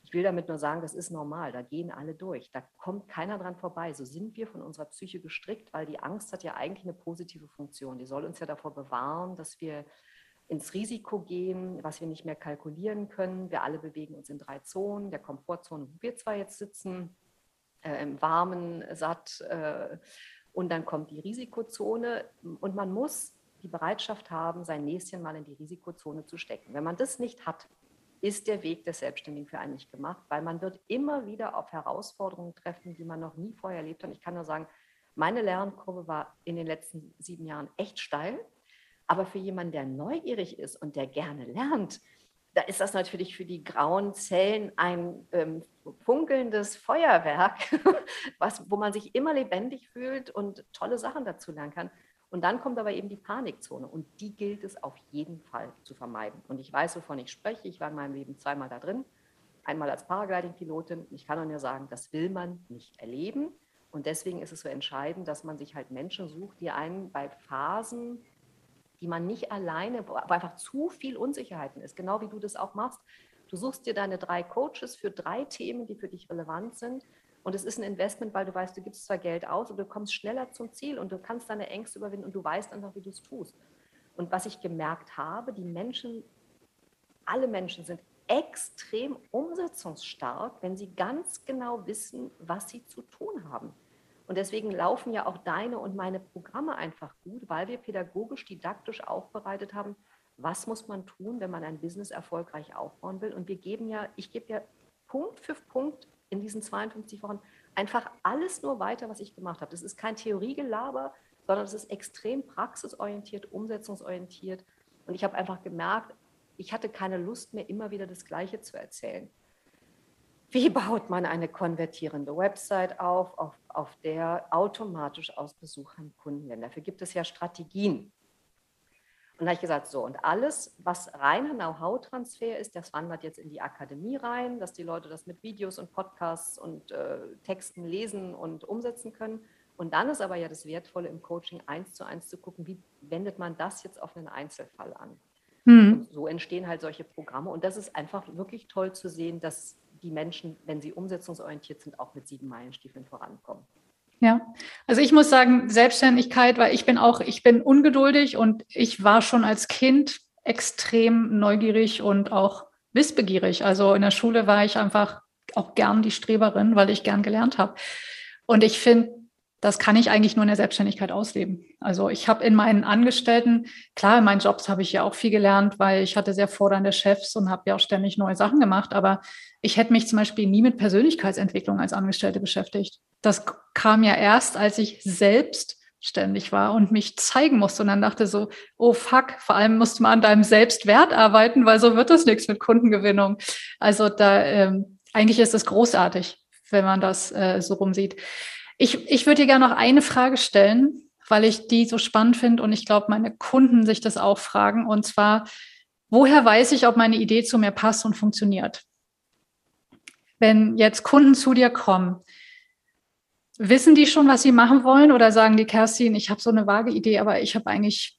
Ich will damit nur sagen, das ist normal, da gehen alle durch, da kommt keiner dran vorbei. So sind wir von unserer Psyche gestrickt, weil die Angst hat ja eigentlich eine positive Funktion. Die soll uns ja davor bewahren, dass wir ins Risiko gehen, was wir nicht mehr kalkulieren können. Wir alle bewegen uns in 3 Zonen, der Komfortzone, wo wir zwar jetzt sitzen, im Warmen, satt, und dann kommt die Risikozone und man muss die Bereitschaft haben, sein Näschen mal in die Risikozone zu stecken. Wenn man das nicht hat, ist der Weg des Selbstständigen für einen nicht gemacht, weil man wird immer wieder auf Herausforderungen treffen, die man noch nie vorher erlebt hat. Ich kann nur sagen, meine Lernkurve war in den letzten 7 Jahren echt steil, aber für jemanden, der neugierig ist und der gerne lernt, da ist das natürlich für die grauen Zellen ein funkelndes Feuerwerk, wo man sich immer lebendig fühlt und tolle Sachen dazu lernen kann. Und dann kommt aber eben die Panikzone und die gilt es auf jeden Fall zu vermeiden. Und ich weiß, wovon ich spreche. Ich war in meinem Leben 2-mal da drin, einmal als Paragliding-Pilotin. Ich kann nur sagen, das will man nicht erleben. Und deswegen ist es so entscheidend, dass man sich halt Menschen sucht, die einen bei Phasen, die man nicht alleine, wo einfach zu viel Unsicherheiten ist, genau wie du das auch machst. Du suchst dir deine 3 Coaches für 3 Themen, die für dich relevant sind. Und es ist ein Investment, weil du weißt, du gibst zwar Geld aus und du kommst schneller zum Ziel und du kannst deine Ängste überwinden und du weißt einfach, wie du es tust. Und was ich gemerkt habe, alle Menschen sind extrem umsetzungsstark, wenn sie ganz genau wissen, was sie zu tun haben. Und deswegen laufen ja auch deine und meine Programme einfach gut, weil wir pädagogisch, didaktisch aufbereitet haben, was muss man tun, wenn man ein Business erfolgreich aufbauen will. Und ich gebe ja Punkt für Punkt in diesen 52 Wochen einfach alles nur weiter, was ich gemacht habe. Das ist kein Theoriegelaber, sondern es ist extrem praxisorientiert, umsetzungsorientiert. Und ich habe einfach gemerkt, ich hatte keine Lust mehr, immer wieder das Gleiche zu erzählen. Wie baut man eine konvertierende Website auf der automatisch aus Besuchern Kunden werden? Dafür gibt es ja Strategien. Und da habe ich gesagt, so, und alles, was reiner Know-how-Transfer ist, das wandert jetzt in die Akademie rein, dass die Leute das mit Videos und Podcasts und Texten lesen und umsetzen können. Und dann ist aber ja das Wertvolle im Coaching 1:1 zu gucken, wie wendet man das jetzt auf einen Einzelfall an. Und so entstehen halt solche Programme. Und das ist einfach wirklich toll zu sehen, dass die Menschen, wenn sie umsetzungsorientiert sind, auch mit 7 Meilenstiefeln vorankommen. Ja, also ich muss sagen, Selbstständigkeit, weil ich bin ungeduldig und ich war schon als Kind extrem neugierig und auch wissbegierig. Also in der Schule war ich einfach auch gern die Streberin, weil ich gern gelernt habe. Und ich finde, das kann ich eigentlich nur in der Selbstständigkeit ausleben. Also ich habe in meinen Angestellten, klar, in meinen Jobs habe ich ja auch viel gelernt, weil ich hatte sehr fordernde Chefs und habe ja auch ständig neue Sachen gemacht. Aber ich hätte mich zum Beispiel nie mit Persönlichkeitsentwicklung als Angestellte beschäftigt. Das kam ja erst, als ich selbstständig war und mich zeigen musste. Und dann dachte so, oh fuck, vor allem musst du mal an deinem Selbstwert arbeiten, weil so wird das nichts mit Kundengewinnung. Also eigentlich ist es großartig, wenn man das so rumsieht. Ich würde dir gerne noch eine Frage stellen, weil ich die so spannend finde und ich glaube, meine Kunden sich das auch fragen. Und zwar, woher weiß ich, ob meine Idee zu mir passt und funktioniert? Wenn jetzt Kunden zu dir kommen, wissen die schon, was sie machen wollen oder sagen die, Kerstin, ich habe so eine vage Idee, aber ich habe eigentlich,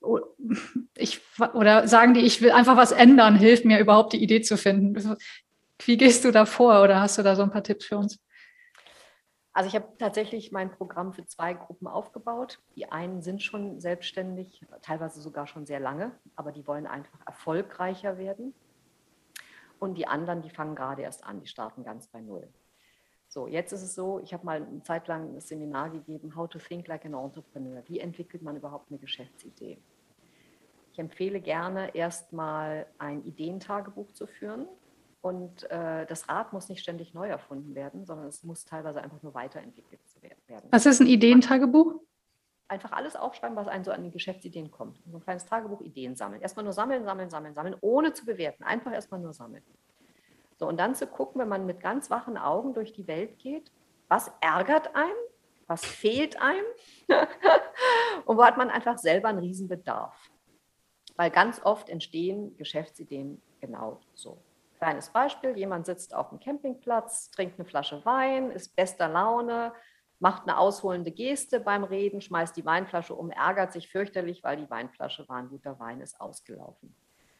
oder sagen die, ich will einfach was ändern, hilf mir überhaupt die Idee zu finden. Wie gehst du da vor oder hast du da so ein paar Tipps für uns? Also ich habe tatsächlich mein Programm für 2 Gruppen aufgebaut. Die einen sind schon selbstständig, teilweise sogar schon sehr lange, aber die wollen einfach erfolgreicher werden. Und die anderen, die fangen gerade erst an, die starten ganz bei Null. So, jetzt ist es so, ich habe mal eine Zeit lang ein Seminar gegeben, How to Think Like an Entrepreneur. Wie entwickelt man überhaupt eine Geschäftsidee? Ich empfehle gerne, erstmal ein Ideentagebuch zu führen. Und das Rad muss nicht ständig neu erfunden werden, sondern es muss teilweise einfach nur weiterentwickelt werden. Was ist ein Ideentagebuch? Einfach alles aufschreiben, was einem so an die Geschäftsideen kommt. So ein kleines Tagebuch, Ideen sammeln. Erstmal nur sammeln, ohne zu bewerten. Einfach erstmal nur sammeln. So, und dann zu gucken, wenn man mit ganz wachen Augen durch die Welt geht, was ärgert einen, was fehlt einem und wo hat man einfach selber einen Riesenbedarf. Weil ganz oft entstehen Geschäftsideen genau so. Kleines Beispiel, jemand sitzt auf dem Campingplatz, trinkt eine Flasche Wein, ist bester Laune, macht eine ausholende Geste beim Reden, schmeißt die Weinflasche um, ärgert sich fürchterlich, weil die Weinflasche war ein guter Wein, ist ausgelaufen.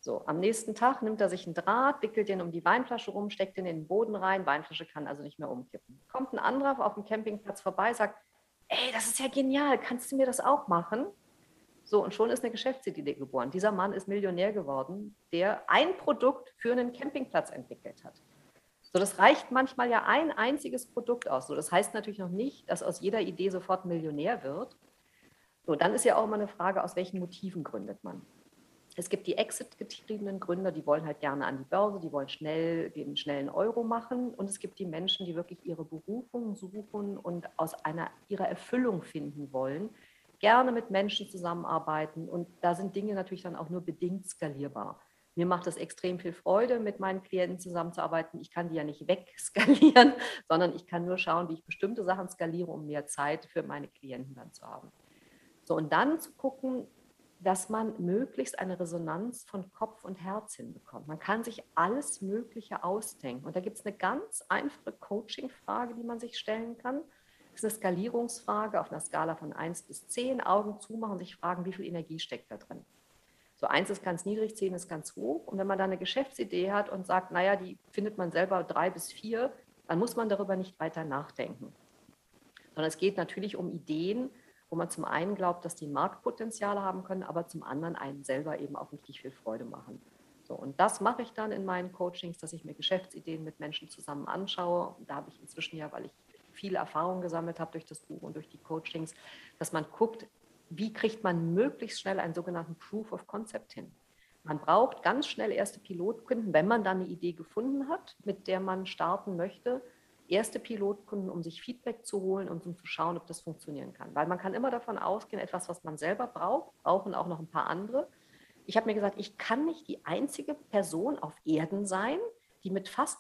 So, am nächsten Tag nimmt er sich einen Draht, wickelt den um die Weinflasche rum, steckt den in den Boden rein, Weinflasche kann also nicht mehr umkippen. Kommt ein anderer auf dem Campingplatz vorbei, sagt, ey, das ist ja genial, kannst du mir das auch machen? So, und schon ist eine Geschäftsidee geboren. Dieser Mann ist Millionär geworden, der ein Produkt für einen Campingplatz entwickelt hat. So, das reicht manchmal ja ein einziges Produkt aus. So, das heißt natürlich noch nicht, dass aus jeder Idee sofort ein Millionär wird. So, dann ist ja auch immer eine Frage, aus welchen Motiven gründet man. Es gibt die Exit-getriebenen Gründer, die wollen halt gerne an die Börse, die wollen schnell den schnellen Euro machen. Und es gibt die Menschen, die wirklich ihre Berufung suchen und ihrer Erfüllung finden wollen, gerne mit Menschen zusammenarbeiten. Und da sind Dinge natürlich dann auch nur bedingt skalierbar. Mir macht es extrem viel Freude, mit meinen Klienten zusammenzuarbeiten. Ich kann die ja nicht wegskalieren, sondern ich kann nur schauen, wie ich bestimmte Sachen skaliere, um mehr Zeit für meine Klienten dann zu haben. So, und dann zu gucken, dass man möglichst eine Resonanz von Kopf und Herz hinbekommt. Man kann sich alles Mögliche ausdenken. Und da gibt es eine ganz einfache Coaching-Frage, die man sich stellen kann. Das ist eine Skalierungsfrage auf einer Skala von 1 bis 10. Augen zumachen, sich fragen, wie viel Energie steckt da drin. So 1 ist ganz niedrig, 10 ist ganz hoch. Und wenn man dann eine Geschäftsidee hat und sagt, naja, die findet man selber 3 bis 4, dann muss man darüber nicht weiter nachdenken. Sondern es geht natürlich um Ideen, wo man zum einen glaubt, dass die Marktpotenziale haben können, aber zum anderen einen selber eben auch richtig viel Freude machen. So, und das mache ich dann in meinen Coachings, dass ich mir Geschäftsideen mit Menschen zusammen anschaue. Da habe ich inzwischen ja, weil ich viele Erfahrungen gesammelt habe durch das Buch und durch die Coachings, dass man guckt, wie kriegt man möglichst schnell einen sogenannten Proof of Concept hin. Man braucht ganz schnell erste Pilotkunden, wenn man dann eine Idee gefunden hat, mit der man starten möchte, erste Pilotkunden, um sich Feedback zu holen und um zu schauen, ob das funktionieren kann. Weil man kann immer davon ausgehen, etwas, was man selber braucht, brauchen auch noch ein paar andere. Ich habe mir gesagt, ich kann nicht die einzige Person auf Erden sein, die mit fast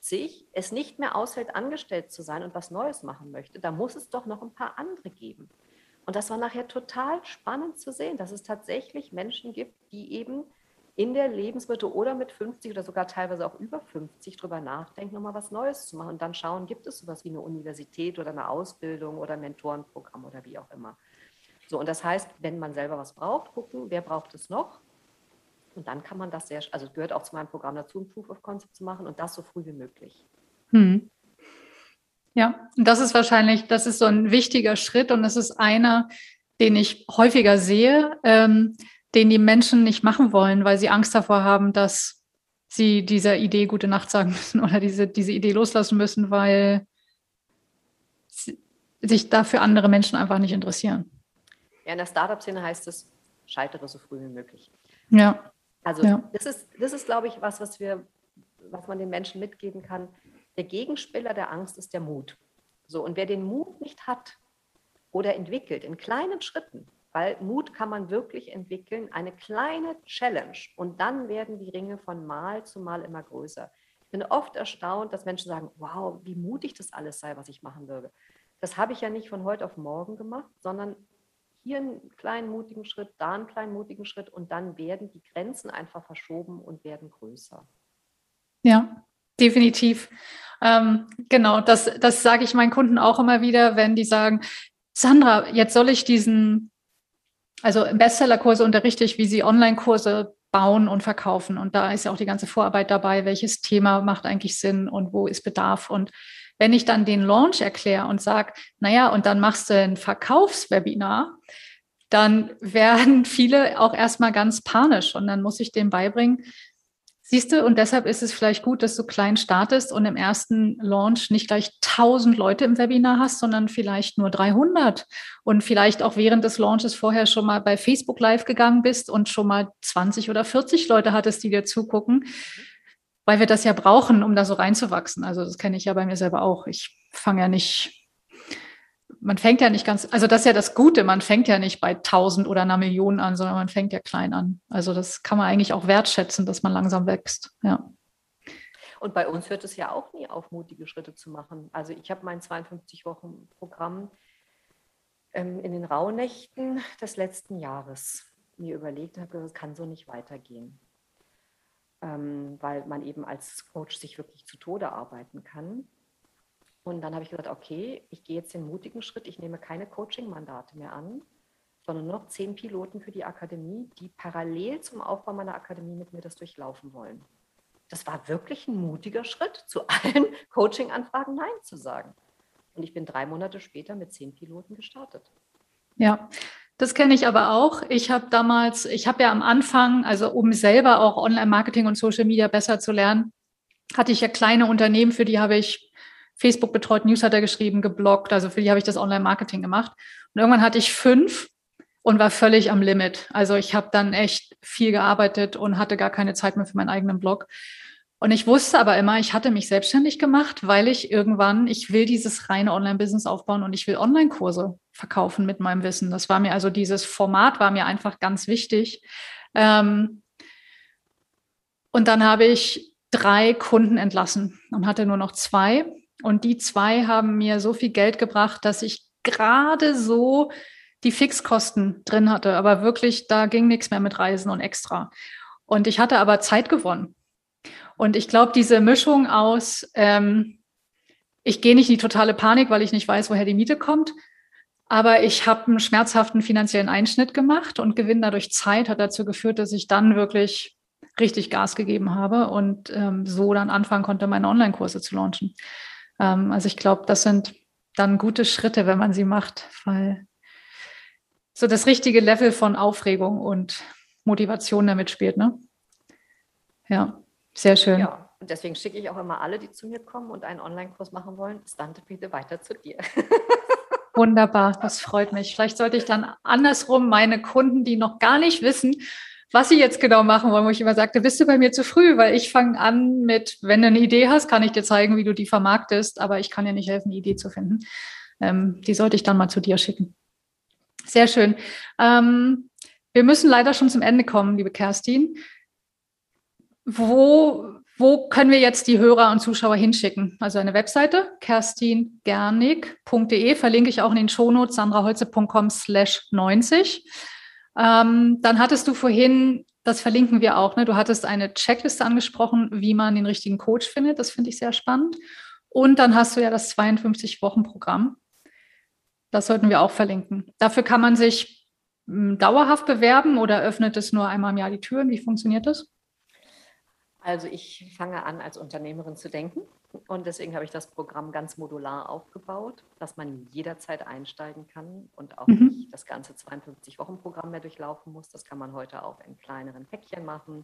50 es nicht mehr aushält, angestellt zu sein und was Neues machen möchte. Da muss es doch noch ein paar andere geben. Und das war nachher total spannend zu sehen, dass es tatsächlich Menschen gibt, die eben in der Lebensmitte oder mit 50 oder sogar teilweise auch über 50 drüber nachdenken, nochmal was Neues zu machen und dann schauen, gibt es sowas wie eine Universität oder eine Ausbildung oder ein Mentorenprogramm oder wie auch immer. So, und das heißt, wenn man selber was braucht, gucken, wer braucht es noch? Und dann kann man das also gehört auch zu meinem Programm dazu, ein Proof of Concept zu machen und das so früh wie möglich. Ja, und das ist so ein wichtiger Schritt und das ist einer, den ich häufiger sehe, den die Menschen nicht machen wollen, weil sie Angst davor haben, dass sie dieser Idee gute Nacht sagen müssen oder diese Idee loslassen müssen, weil sich dafür andere Menschen einfach nicht interessieren. Ja, in der Startup-Szene heißt es, scheitere so früh wie möglich. Ja. Also ja. das ist, glaube ich, was man den Menschen mitgeben kann. Der Gegenspieler der Angst ist der Mut. So, und wer den Mut nicht hat oder entwickelt in kleinen Schritten, weil Mut kann man wirklich entwickeln, eine kleine Challenge und dann werden die Ringe von Mal zu Mal immer größer. Ich bin oft erstaunt, dass Menschen sagen, wow, wie mutig das alles sei, was ich machen würde. Das habe ich ja nicht von heute auf morgen gemacht, sondern hier einen kleinen mutigen Schritt, da einen kleinen mutigen Schritt und dann werden die Grenzen einfach verschoben und werden größer. Ja, definitiv. Genau, das sage ich meinen Kunden auch immer wieder, wenn die sagen, Sandra, jetzt soll ich also Bestsellerkurse unterrichte ich, wie sie Online-Kurse bauen und verkaufen. Und da ist ja auch die ganze Vorarbeit dabei, welches Thema macht eigentlich Sinn und wo ist Bedarf. Und wenn ich dann den Launch erkläre und sage, naja, und dann machst du ein Verkaufswebinar, dann werden viele auch erstmal ganz panisch. Und dann muss ich denen beibringen, siehst du, und deshalb ist es vielleicht gut, dass du klein startest und im ersten Launch nicht gleich 1000 Leute im Webinar hast, sondern vielleicht nur 300 und vielleicht auch während des Launches vorher schon mal bei Facebook Live gegangen bist und schon mal 20 oder 40 Leute hattest, die dir zugucken, weil wir das ja brauchen, um da so reinzuwachsen. Also das kenne ich ja bei mir selber auch. Man fängt ja nicht ganz, also das ist ja das Gute, man fängt ja nicht bei 1000 oder einer Million an, sondern man fängt ja klein an. Also das kann man eigentlich auch wertschätzen, dass man langsam wächst. Ja. Und bei uns hört es ja auch nie auf, mutige Schritte zu machen. Also ich habe mein 52-Wochen-Programm in den Rauhnächten des letzten Jahres mir überlegt und habe gesagt, das kann so nicht weitergehen. Weil man eben als Coach sich wirklich zu Tode arbeiten kann. Und dann habe ich gesagt, okay, ich gehe jetzt den mutigen Schritt, ich nehme keine Coaching-Mandate mehr an. sondern noch 10 Piloten für die Akademie, die parallel zum Aufbau meiner Akademie mit mir das durchlaufen wollen. Das war wirklich ein mutiger Schritt, zu allen Coaching-Anfragen Nein zu sagen. Und ich bin 3 Monate später mit 10 Piloten gestartet. Ja, das kenne ich aber auch. Ich habe ja am Anfang, also um selber auch Online-Marketing und Social Media besser zu lernen, hatte ich ja kleine Unternehmen, für die habe ich Facebook betreut, Newsletter geschrieben, gebloggt, also für die habe ich das Online-Marketing gemacht. Und irgendwann hatte ich 5 und war völlig am Limit. Also ich habe dann echt viel gearbeitet und hatte gar keine Zeit mehr für meinen eigenen Blog. Und ich wusste aber immer, ich hatte mich selbstständig gemacht, weil ich will dieses reine Online-Business aufbauen und ich will Online-Kurse verkaufen mit meinem Wissen. Das war mir, also dieses Format war mir einfach ganz wichtig. Und dann habe ich 3 Kunden entlassen und hatte nur noch 2. Und die 2 haben mir so viel Geld gebracht, dass ich gerade so die Fixkosten drin hatte. Aber wirklich, da ging nichts mehr mit Reisen und extra. Und ich hatte aber Zeit gewonnen. Und ich glaube, diese Mischung aus, ich gehe nicht in die totale Panik, weil ich nicht weiß, woher die Miete kommt, aber ich habe einen schmerzhaften finanziellen Einschnitt gemacht und Gewinn dadurch Zeit hat dazu geführt, dass ich dann wirklich richtig Gas gegeben habe und so dann anfangen konnte, meine Online-Kurse zu launchen. Also ich glaube, das sind dann gute Schritte, wenn man sie macht, weil so das richtige Level von Aufregung und Motivation damit spielt, ne? Ja, sehr schön. Ja, und deswegen schicke ich auch immer alle, die zu mir kommen und einen Online-Kurs machen wollen, Stante bitte weiter zu dir. Wunderbar, das freut mich. Vielleicht sollte ich dann andersrum meine Kunden, die noch gar nicht wissen, was sie jetzt genau machen wollen, wo ich immer sagte, bist du bei mir zu früh, weil ich fange an mit, wenn du eine Idee hast, kann ich dir zeigen, wie du die vermarktest, aber ich kann dir nicht helfen, die Idee zu finden. Die sollte ich dann mal zu dir schicken. Sehr schön. Wir müssen leider schon zum Ende kommen, liebe Kerstin. Wo können wir jetzt die Hörer und Zuschauer hinschicken? Also eine Webseite, kerstingernig.de, verlinke ich auch in den Shownotes, sandraholze.com/90. Dann hattest du vorhin, das verlinken wir auch, ne? Du hattest eine Checkliste angesprochen, wie man den richtigen Coach findet. Das finde ich sehr spannend. Und dann hast du ja das 52-Wochen-Programm. Das sollten wir auch verlinken. Dafür kann man sich dauerhaft bewerben oder öffnet es nur einmal im Jahr die Türen? Wie funktioniert das? Also ich fange an, als Unternehmerin zu denken und deswegen habe ich das Programm ganz modular aufgebaut, dass man jederzeit einsteigen kann und auch nicht das ganze 52-Wochen-Programm mehr durchlaufen muss. Das kann man heute auch in kleineren Päckchen machen.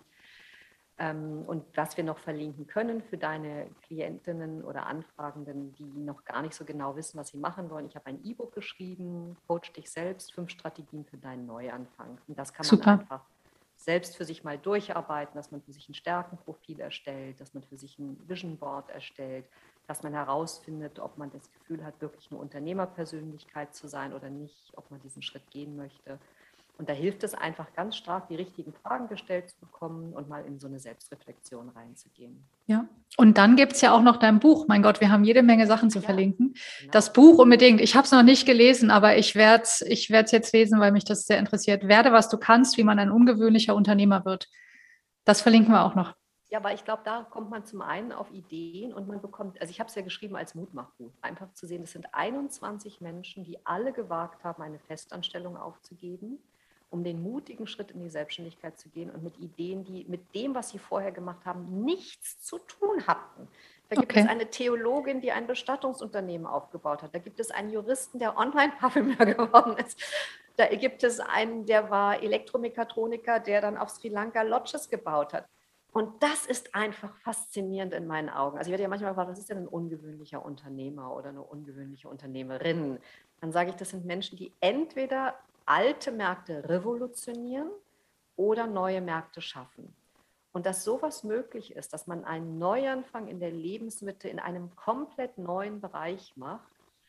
Und was wir noch verlinken können für deine Klientinnen oder Anfragenden, die noch gar nicht so genau wissen, was sie machen wollen. Ich habe ein E-Book geschrieben, Coach dich selbst, 5 Strategien für deinen Neuanfang. Und das kann man einfach selbst für sich mal durcharbeiten, dass man für sich ein Stärkenprofil erstellt, dass man für sich ein Vision Board erstellt, dass man herausfindet, ob man das Gefühl hat, wirklich eine Unternehmerpersönlichkeit zu sein oder nicht, ob man diesen Schritt gehen möchte. Und da hilft es einfach ganz stark, die richtigen Fragen gestellt zu bekommen und mal in so eine Selbstreflexion reinzugehen. Ja, und dann gibt es ja auch noch dein Buch. Mein Gott, wir haben jede Menge Sachen zu verlinken. Genau. Das Buch unbedingt. Ich habe es noch nicht gelesen, aber ich werde es jetzt lesen, weil mich das sehr interessiert. Werde, was du kannst, wie man ein ungewöhnlicher Unternehmer wird. Das verlinken wir auch noch. Ja, weil ich glaube, da kommt man zum einen auf Ideen und man bekommt, also ich habe es ja geschrieben als Mutmachbuch, einfach zu sehen, es sind 21 Menschen, die alle gewagt haben, eine Festanstellung aufzugeben, um den mutigen Schritt in die Selbstständigkeit zu gehen und mit Ideen, die mit dem, was sie vorher gemacht haben, nichts zu tun hatten. Da gibt es eine Theologin, die ein Bestattungsunternehmen aufgebaut hat. Da gibt es einen Juristen, der Online-Parfümeur geworden ist. Da gibt es einen, der war Elektromechatroniker, der dann auf Sri Lanka Lodges gebaut hat. Und das ist einfach faszinierend in meinen Augen. Also ich werde ja manchmal gefragt, was ist denn ein ungewöhnlicher Unternehmer oder eine ungewöhnliche Unternehmerin? Dann sage ich, das sind Menschen, die entweder alte Märkte revolutionieren oder neue Märkte schaffen. Und dass sowas möglich ist, dass man einen Neuanfang in der Lebensmitte in einem komplett neuen Bereich macht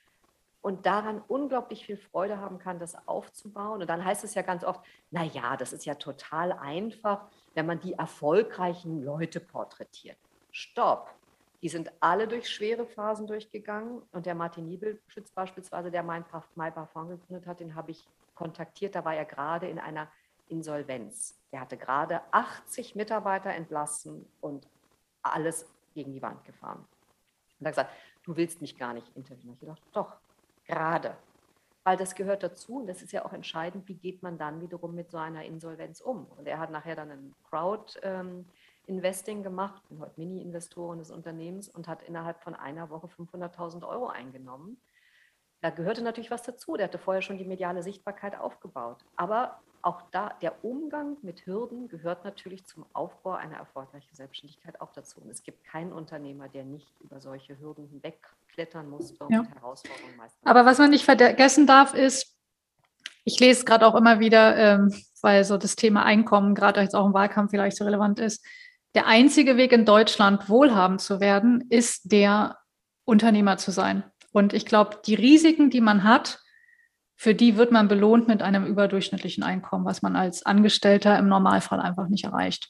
und daran unglaublich viel Freude haben kann, das aufzubauen. Und dann heißt es ja ganz oft, naja, das ist ja total einfach, wenn man die erfolgreichen Leute porträtiert. Stopp! Die sind alle durch schwere Phasen durchgegangen. Und der Martin Niebelschütz beispielsweise, der My Parfum gegründet hat, den habe ich kontaktiert. Da war er gerade in einer Insolvenz. Der hatte gerade 80 Mitarbeiter entlassen und alles gegen die Wand gefahren. Und er hat gesagt, du willst mich gar nicht interviewen. Ich dachte, doch, gerade. weil das gehört dazu und das ist ja auch entscheidend, wie geht man dann wiederum mit so einer Insolvenz um. Und er hat nachher dann ein Crowd-Investing gemacht, bin heute Mini-Investoren des Unternehmens und hat innerhalb von einer Woche 500.000 € eingenommen. Da gehörte natürlich was dazu. Der hatte vorher schon die mediale Sichtbarkeit aufgebaut. Aber auch da, der Umgang mit Hürden gehört natürlich zum Aufbau einer erfolgreichen Selbstständigkeit auch dazu. Und es gibt keinen Unternehmer, der nicht über solche Hürden hinwegklettern musste und Herausforderungen meistern. Aber was man nicht vergessen darf, ist, ich lese gerade auch immer wieder, weil so das Thema Einkommen gerade jetzt auch im Wahlkampf vielleicht so relevant ist, der einzige Weg in Deutschland, wohlhabend zu werden, ist der Unternehmer zu sein. Und ich glaube, die Risiken, die man hat, für die wird man belohnt mit einem überdurchschnittlichen Einkommen, was man als Angestellter im Normalfall einfach nicht erreicht.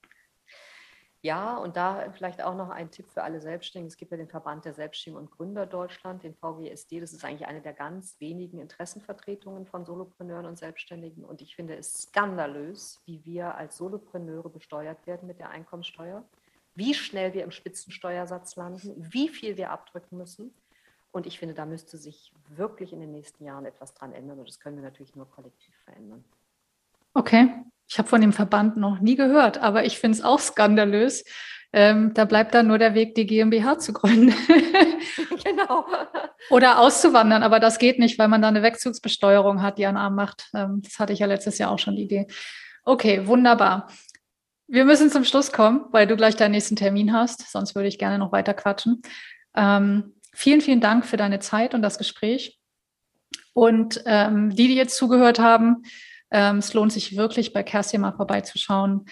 Ja, und da vielleicht auch noch ein Tipp für alle Selbstständigen. Es gibt ja den Verband der Selbstständigen und Gründer Deutschland, den VGSD. Das ist eigentlich eine der ganz wenigen Interessenvertretungen von Solopreneuren und Selbstständigen. Und ich finde es skandalös, wie wir als Solopreneure besteuert werden mit der Einkommensteuer, wie schnell wir im Spitzensteuersatz landen, wie viel wir abdrücken müssen. Und ich finde, da müsste sich wirklich in den nächsten Jahren etwas dran ändern. Und das können wir natürlich nur kollektiv verändern. Okay, ich habe von dem Verband noch nie gehört, aber ich finde es auch skandalös. Da bleibt dann nur der Weg, die GmbH zu gründen. Genau. Oder auszuwandern, aber das geht nicht, weil man da eine Wegzugsbesteuerung hat, die einen arm macht. Das hatte ich ja letztes Jahr auch schon die Idee. Okay, wunderbar. Wir müssen zum Schluss kommen, weil du gleich deinen nächsten Termin hast. Sonst würde ich gerne noch weiter quatschen. Vielen, vielen Dank für deine Zeit und das Gespräch. Und die jetzt zugehört haben, es lohnt sich wirklich, bei Kerstin mal vorbeizuschauen,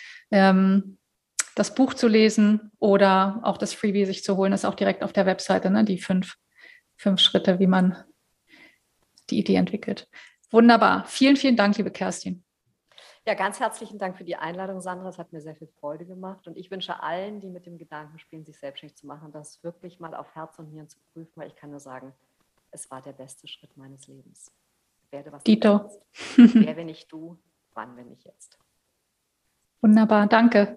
das Buch zu lesen oder auch das Freebie sich zu holen. Das ist auch direkt auf der Webseite, ne? Die fünf Schritte, wie man die Idee entwickelt. Wunderbar. Vielen, vielen Dank, liebe Kerstin. Ja, ganz herzlichen Dank für die Einladung, Sandra. Es hat mir sehr viel Freude gemacht. Und ich wünsche allen, die mit dem Gedanken spielen, sich selbstständig zu machen, das wirklich mal auf Herz und Nieren zu prüfen, weil ich kann nur sagen, es war der beste Schritt meines Lebens. Werde was Dito. Wer, wenn nicht du, wann, wenn nicht jetzt. Wunderbar, danke.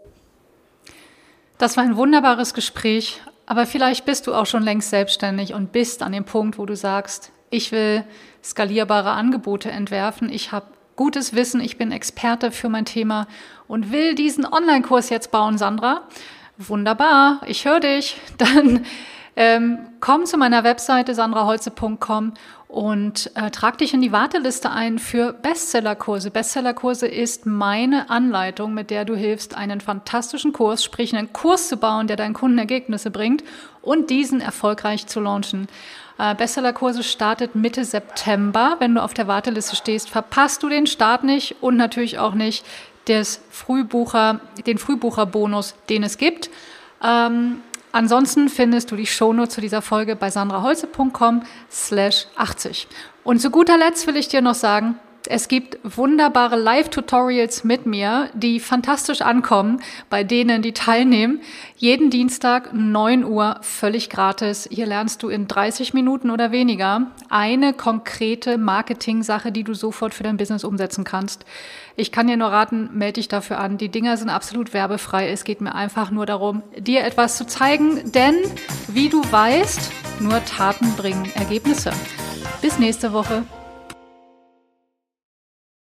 Das war ein wunderbares Gespräch, aber vielleicht bist du auch schon längst selbstständig und bist an dem Punkt, wo du sagst, ich will skalierbare Angebote entwerfen, ich habe gutes Wissen, ich bin Experte für mein Thema und will diesen Online-Kurs jetzt bauen, Sandra. Wunderbar, ich höre dich. Dann komm zu meiner Webseite sandraholze.com und trag dich in die Warteliste ein für Bestsellerkurse. Bestsellerkurse ist meine Anleitung, mit der du hilfst, einen fantastischen Kurs, sprich einen Kurs zu bauen, der deinen Kunden Ergebnisse bringt und diesen erfolgreich zu launchen. Bestsellerkurse startet Mitte September. Wenn du auf der Warteliste stehst, verpasst du den Start nicht und natürlich auch nicht den Frühbucherbonus, den es gibt. Ansonsten findest du die Shownotes zu dieser Folge bei sandraholze.com/80. Und zu guter Letzt will ich dir noch sagen, es gibt wunderbare Live-Tutorials mit mir, die fantastisch ankommen, bei denen die teilnehmen. Jeden Dienstag 9 Uhr, völlig gratis. Hier lernst du in 30 Minuten oder weniger eine konkrete Marketing-Sache, die du sofort für dein Business umsetzen kannst. Ich kann dir nur raten, melde dich dafür an. Die Dinger sind absolut werbefrei. Es geht mir einfach nur darum, dir etwas zu zeigen, denn wie du weißt, nur Taten bringen Ergebnisse. Bis nächste Woche.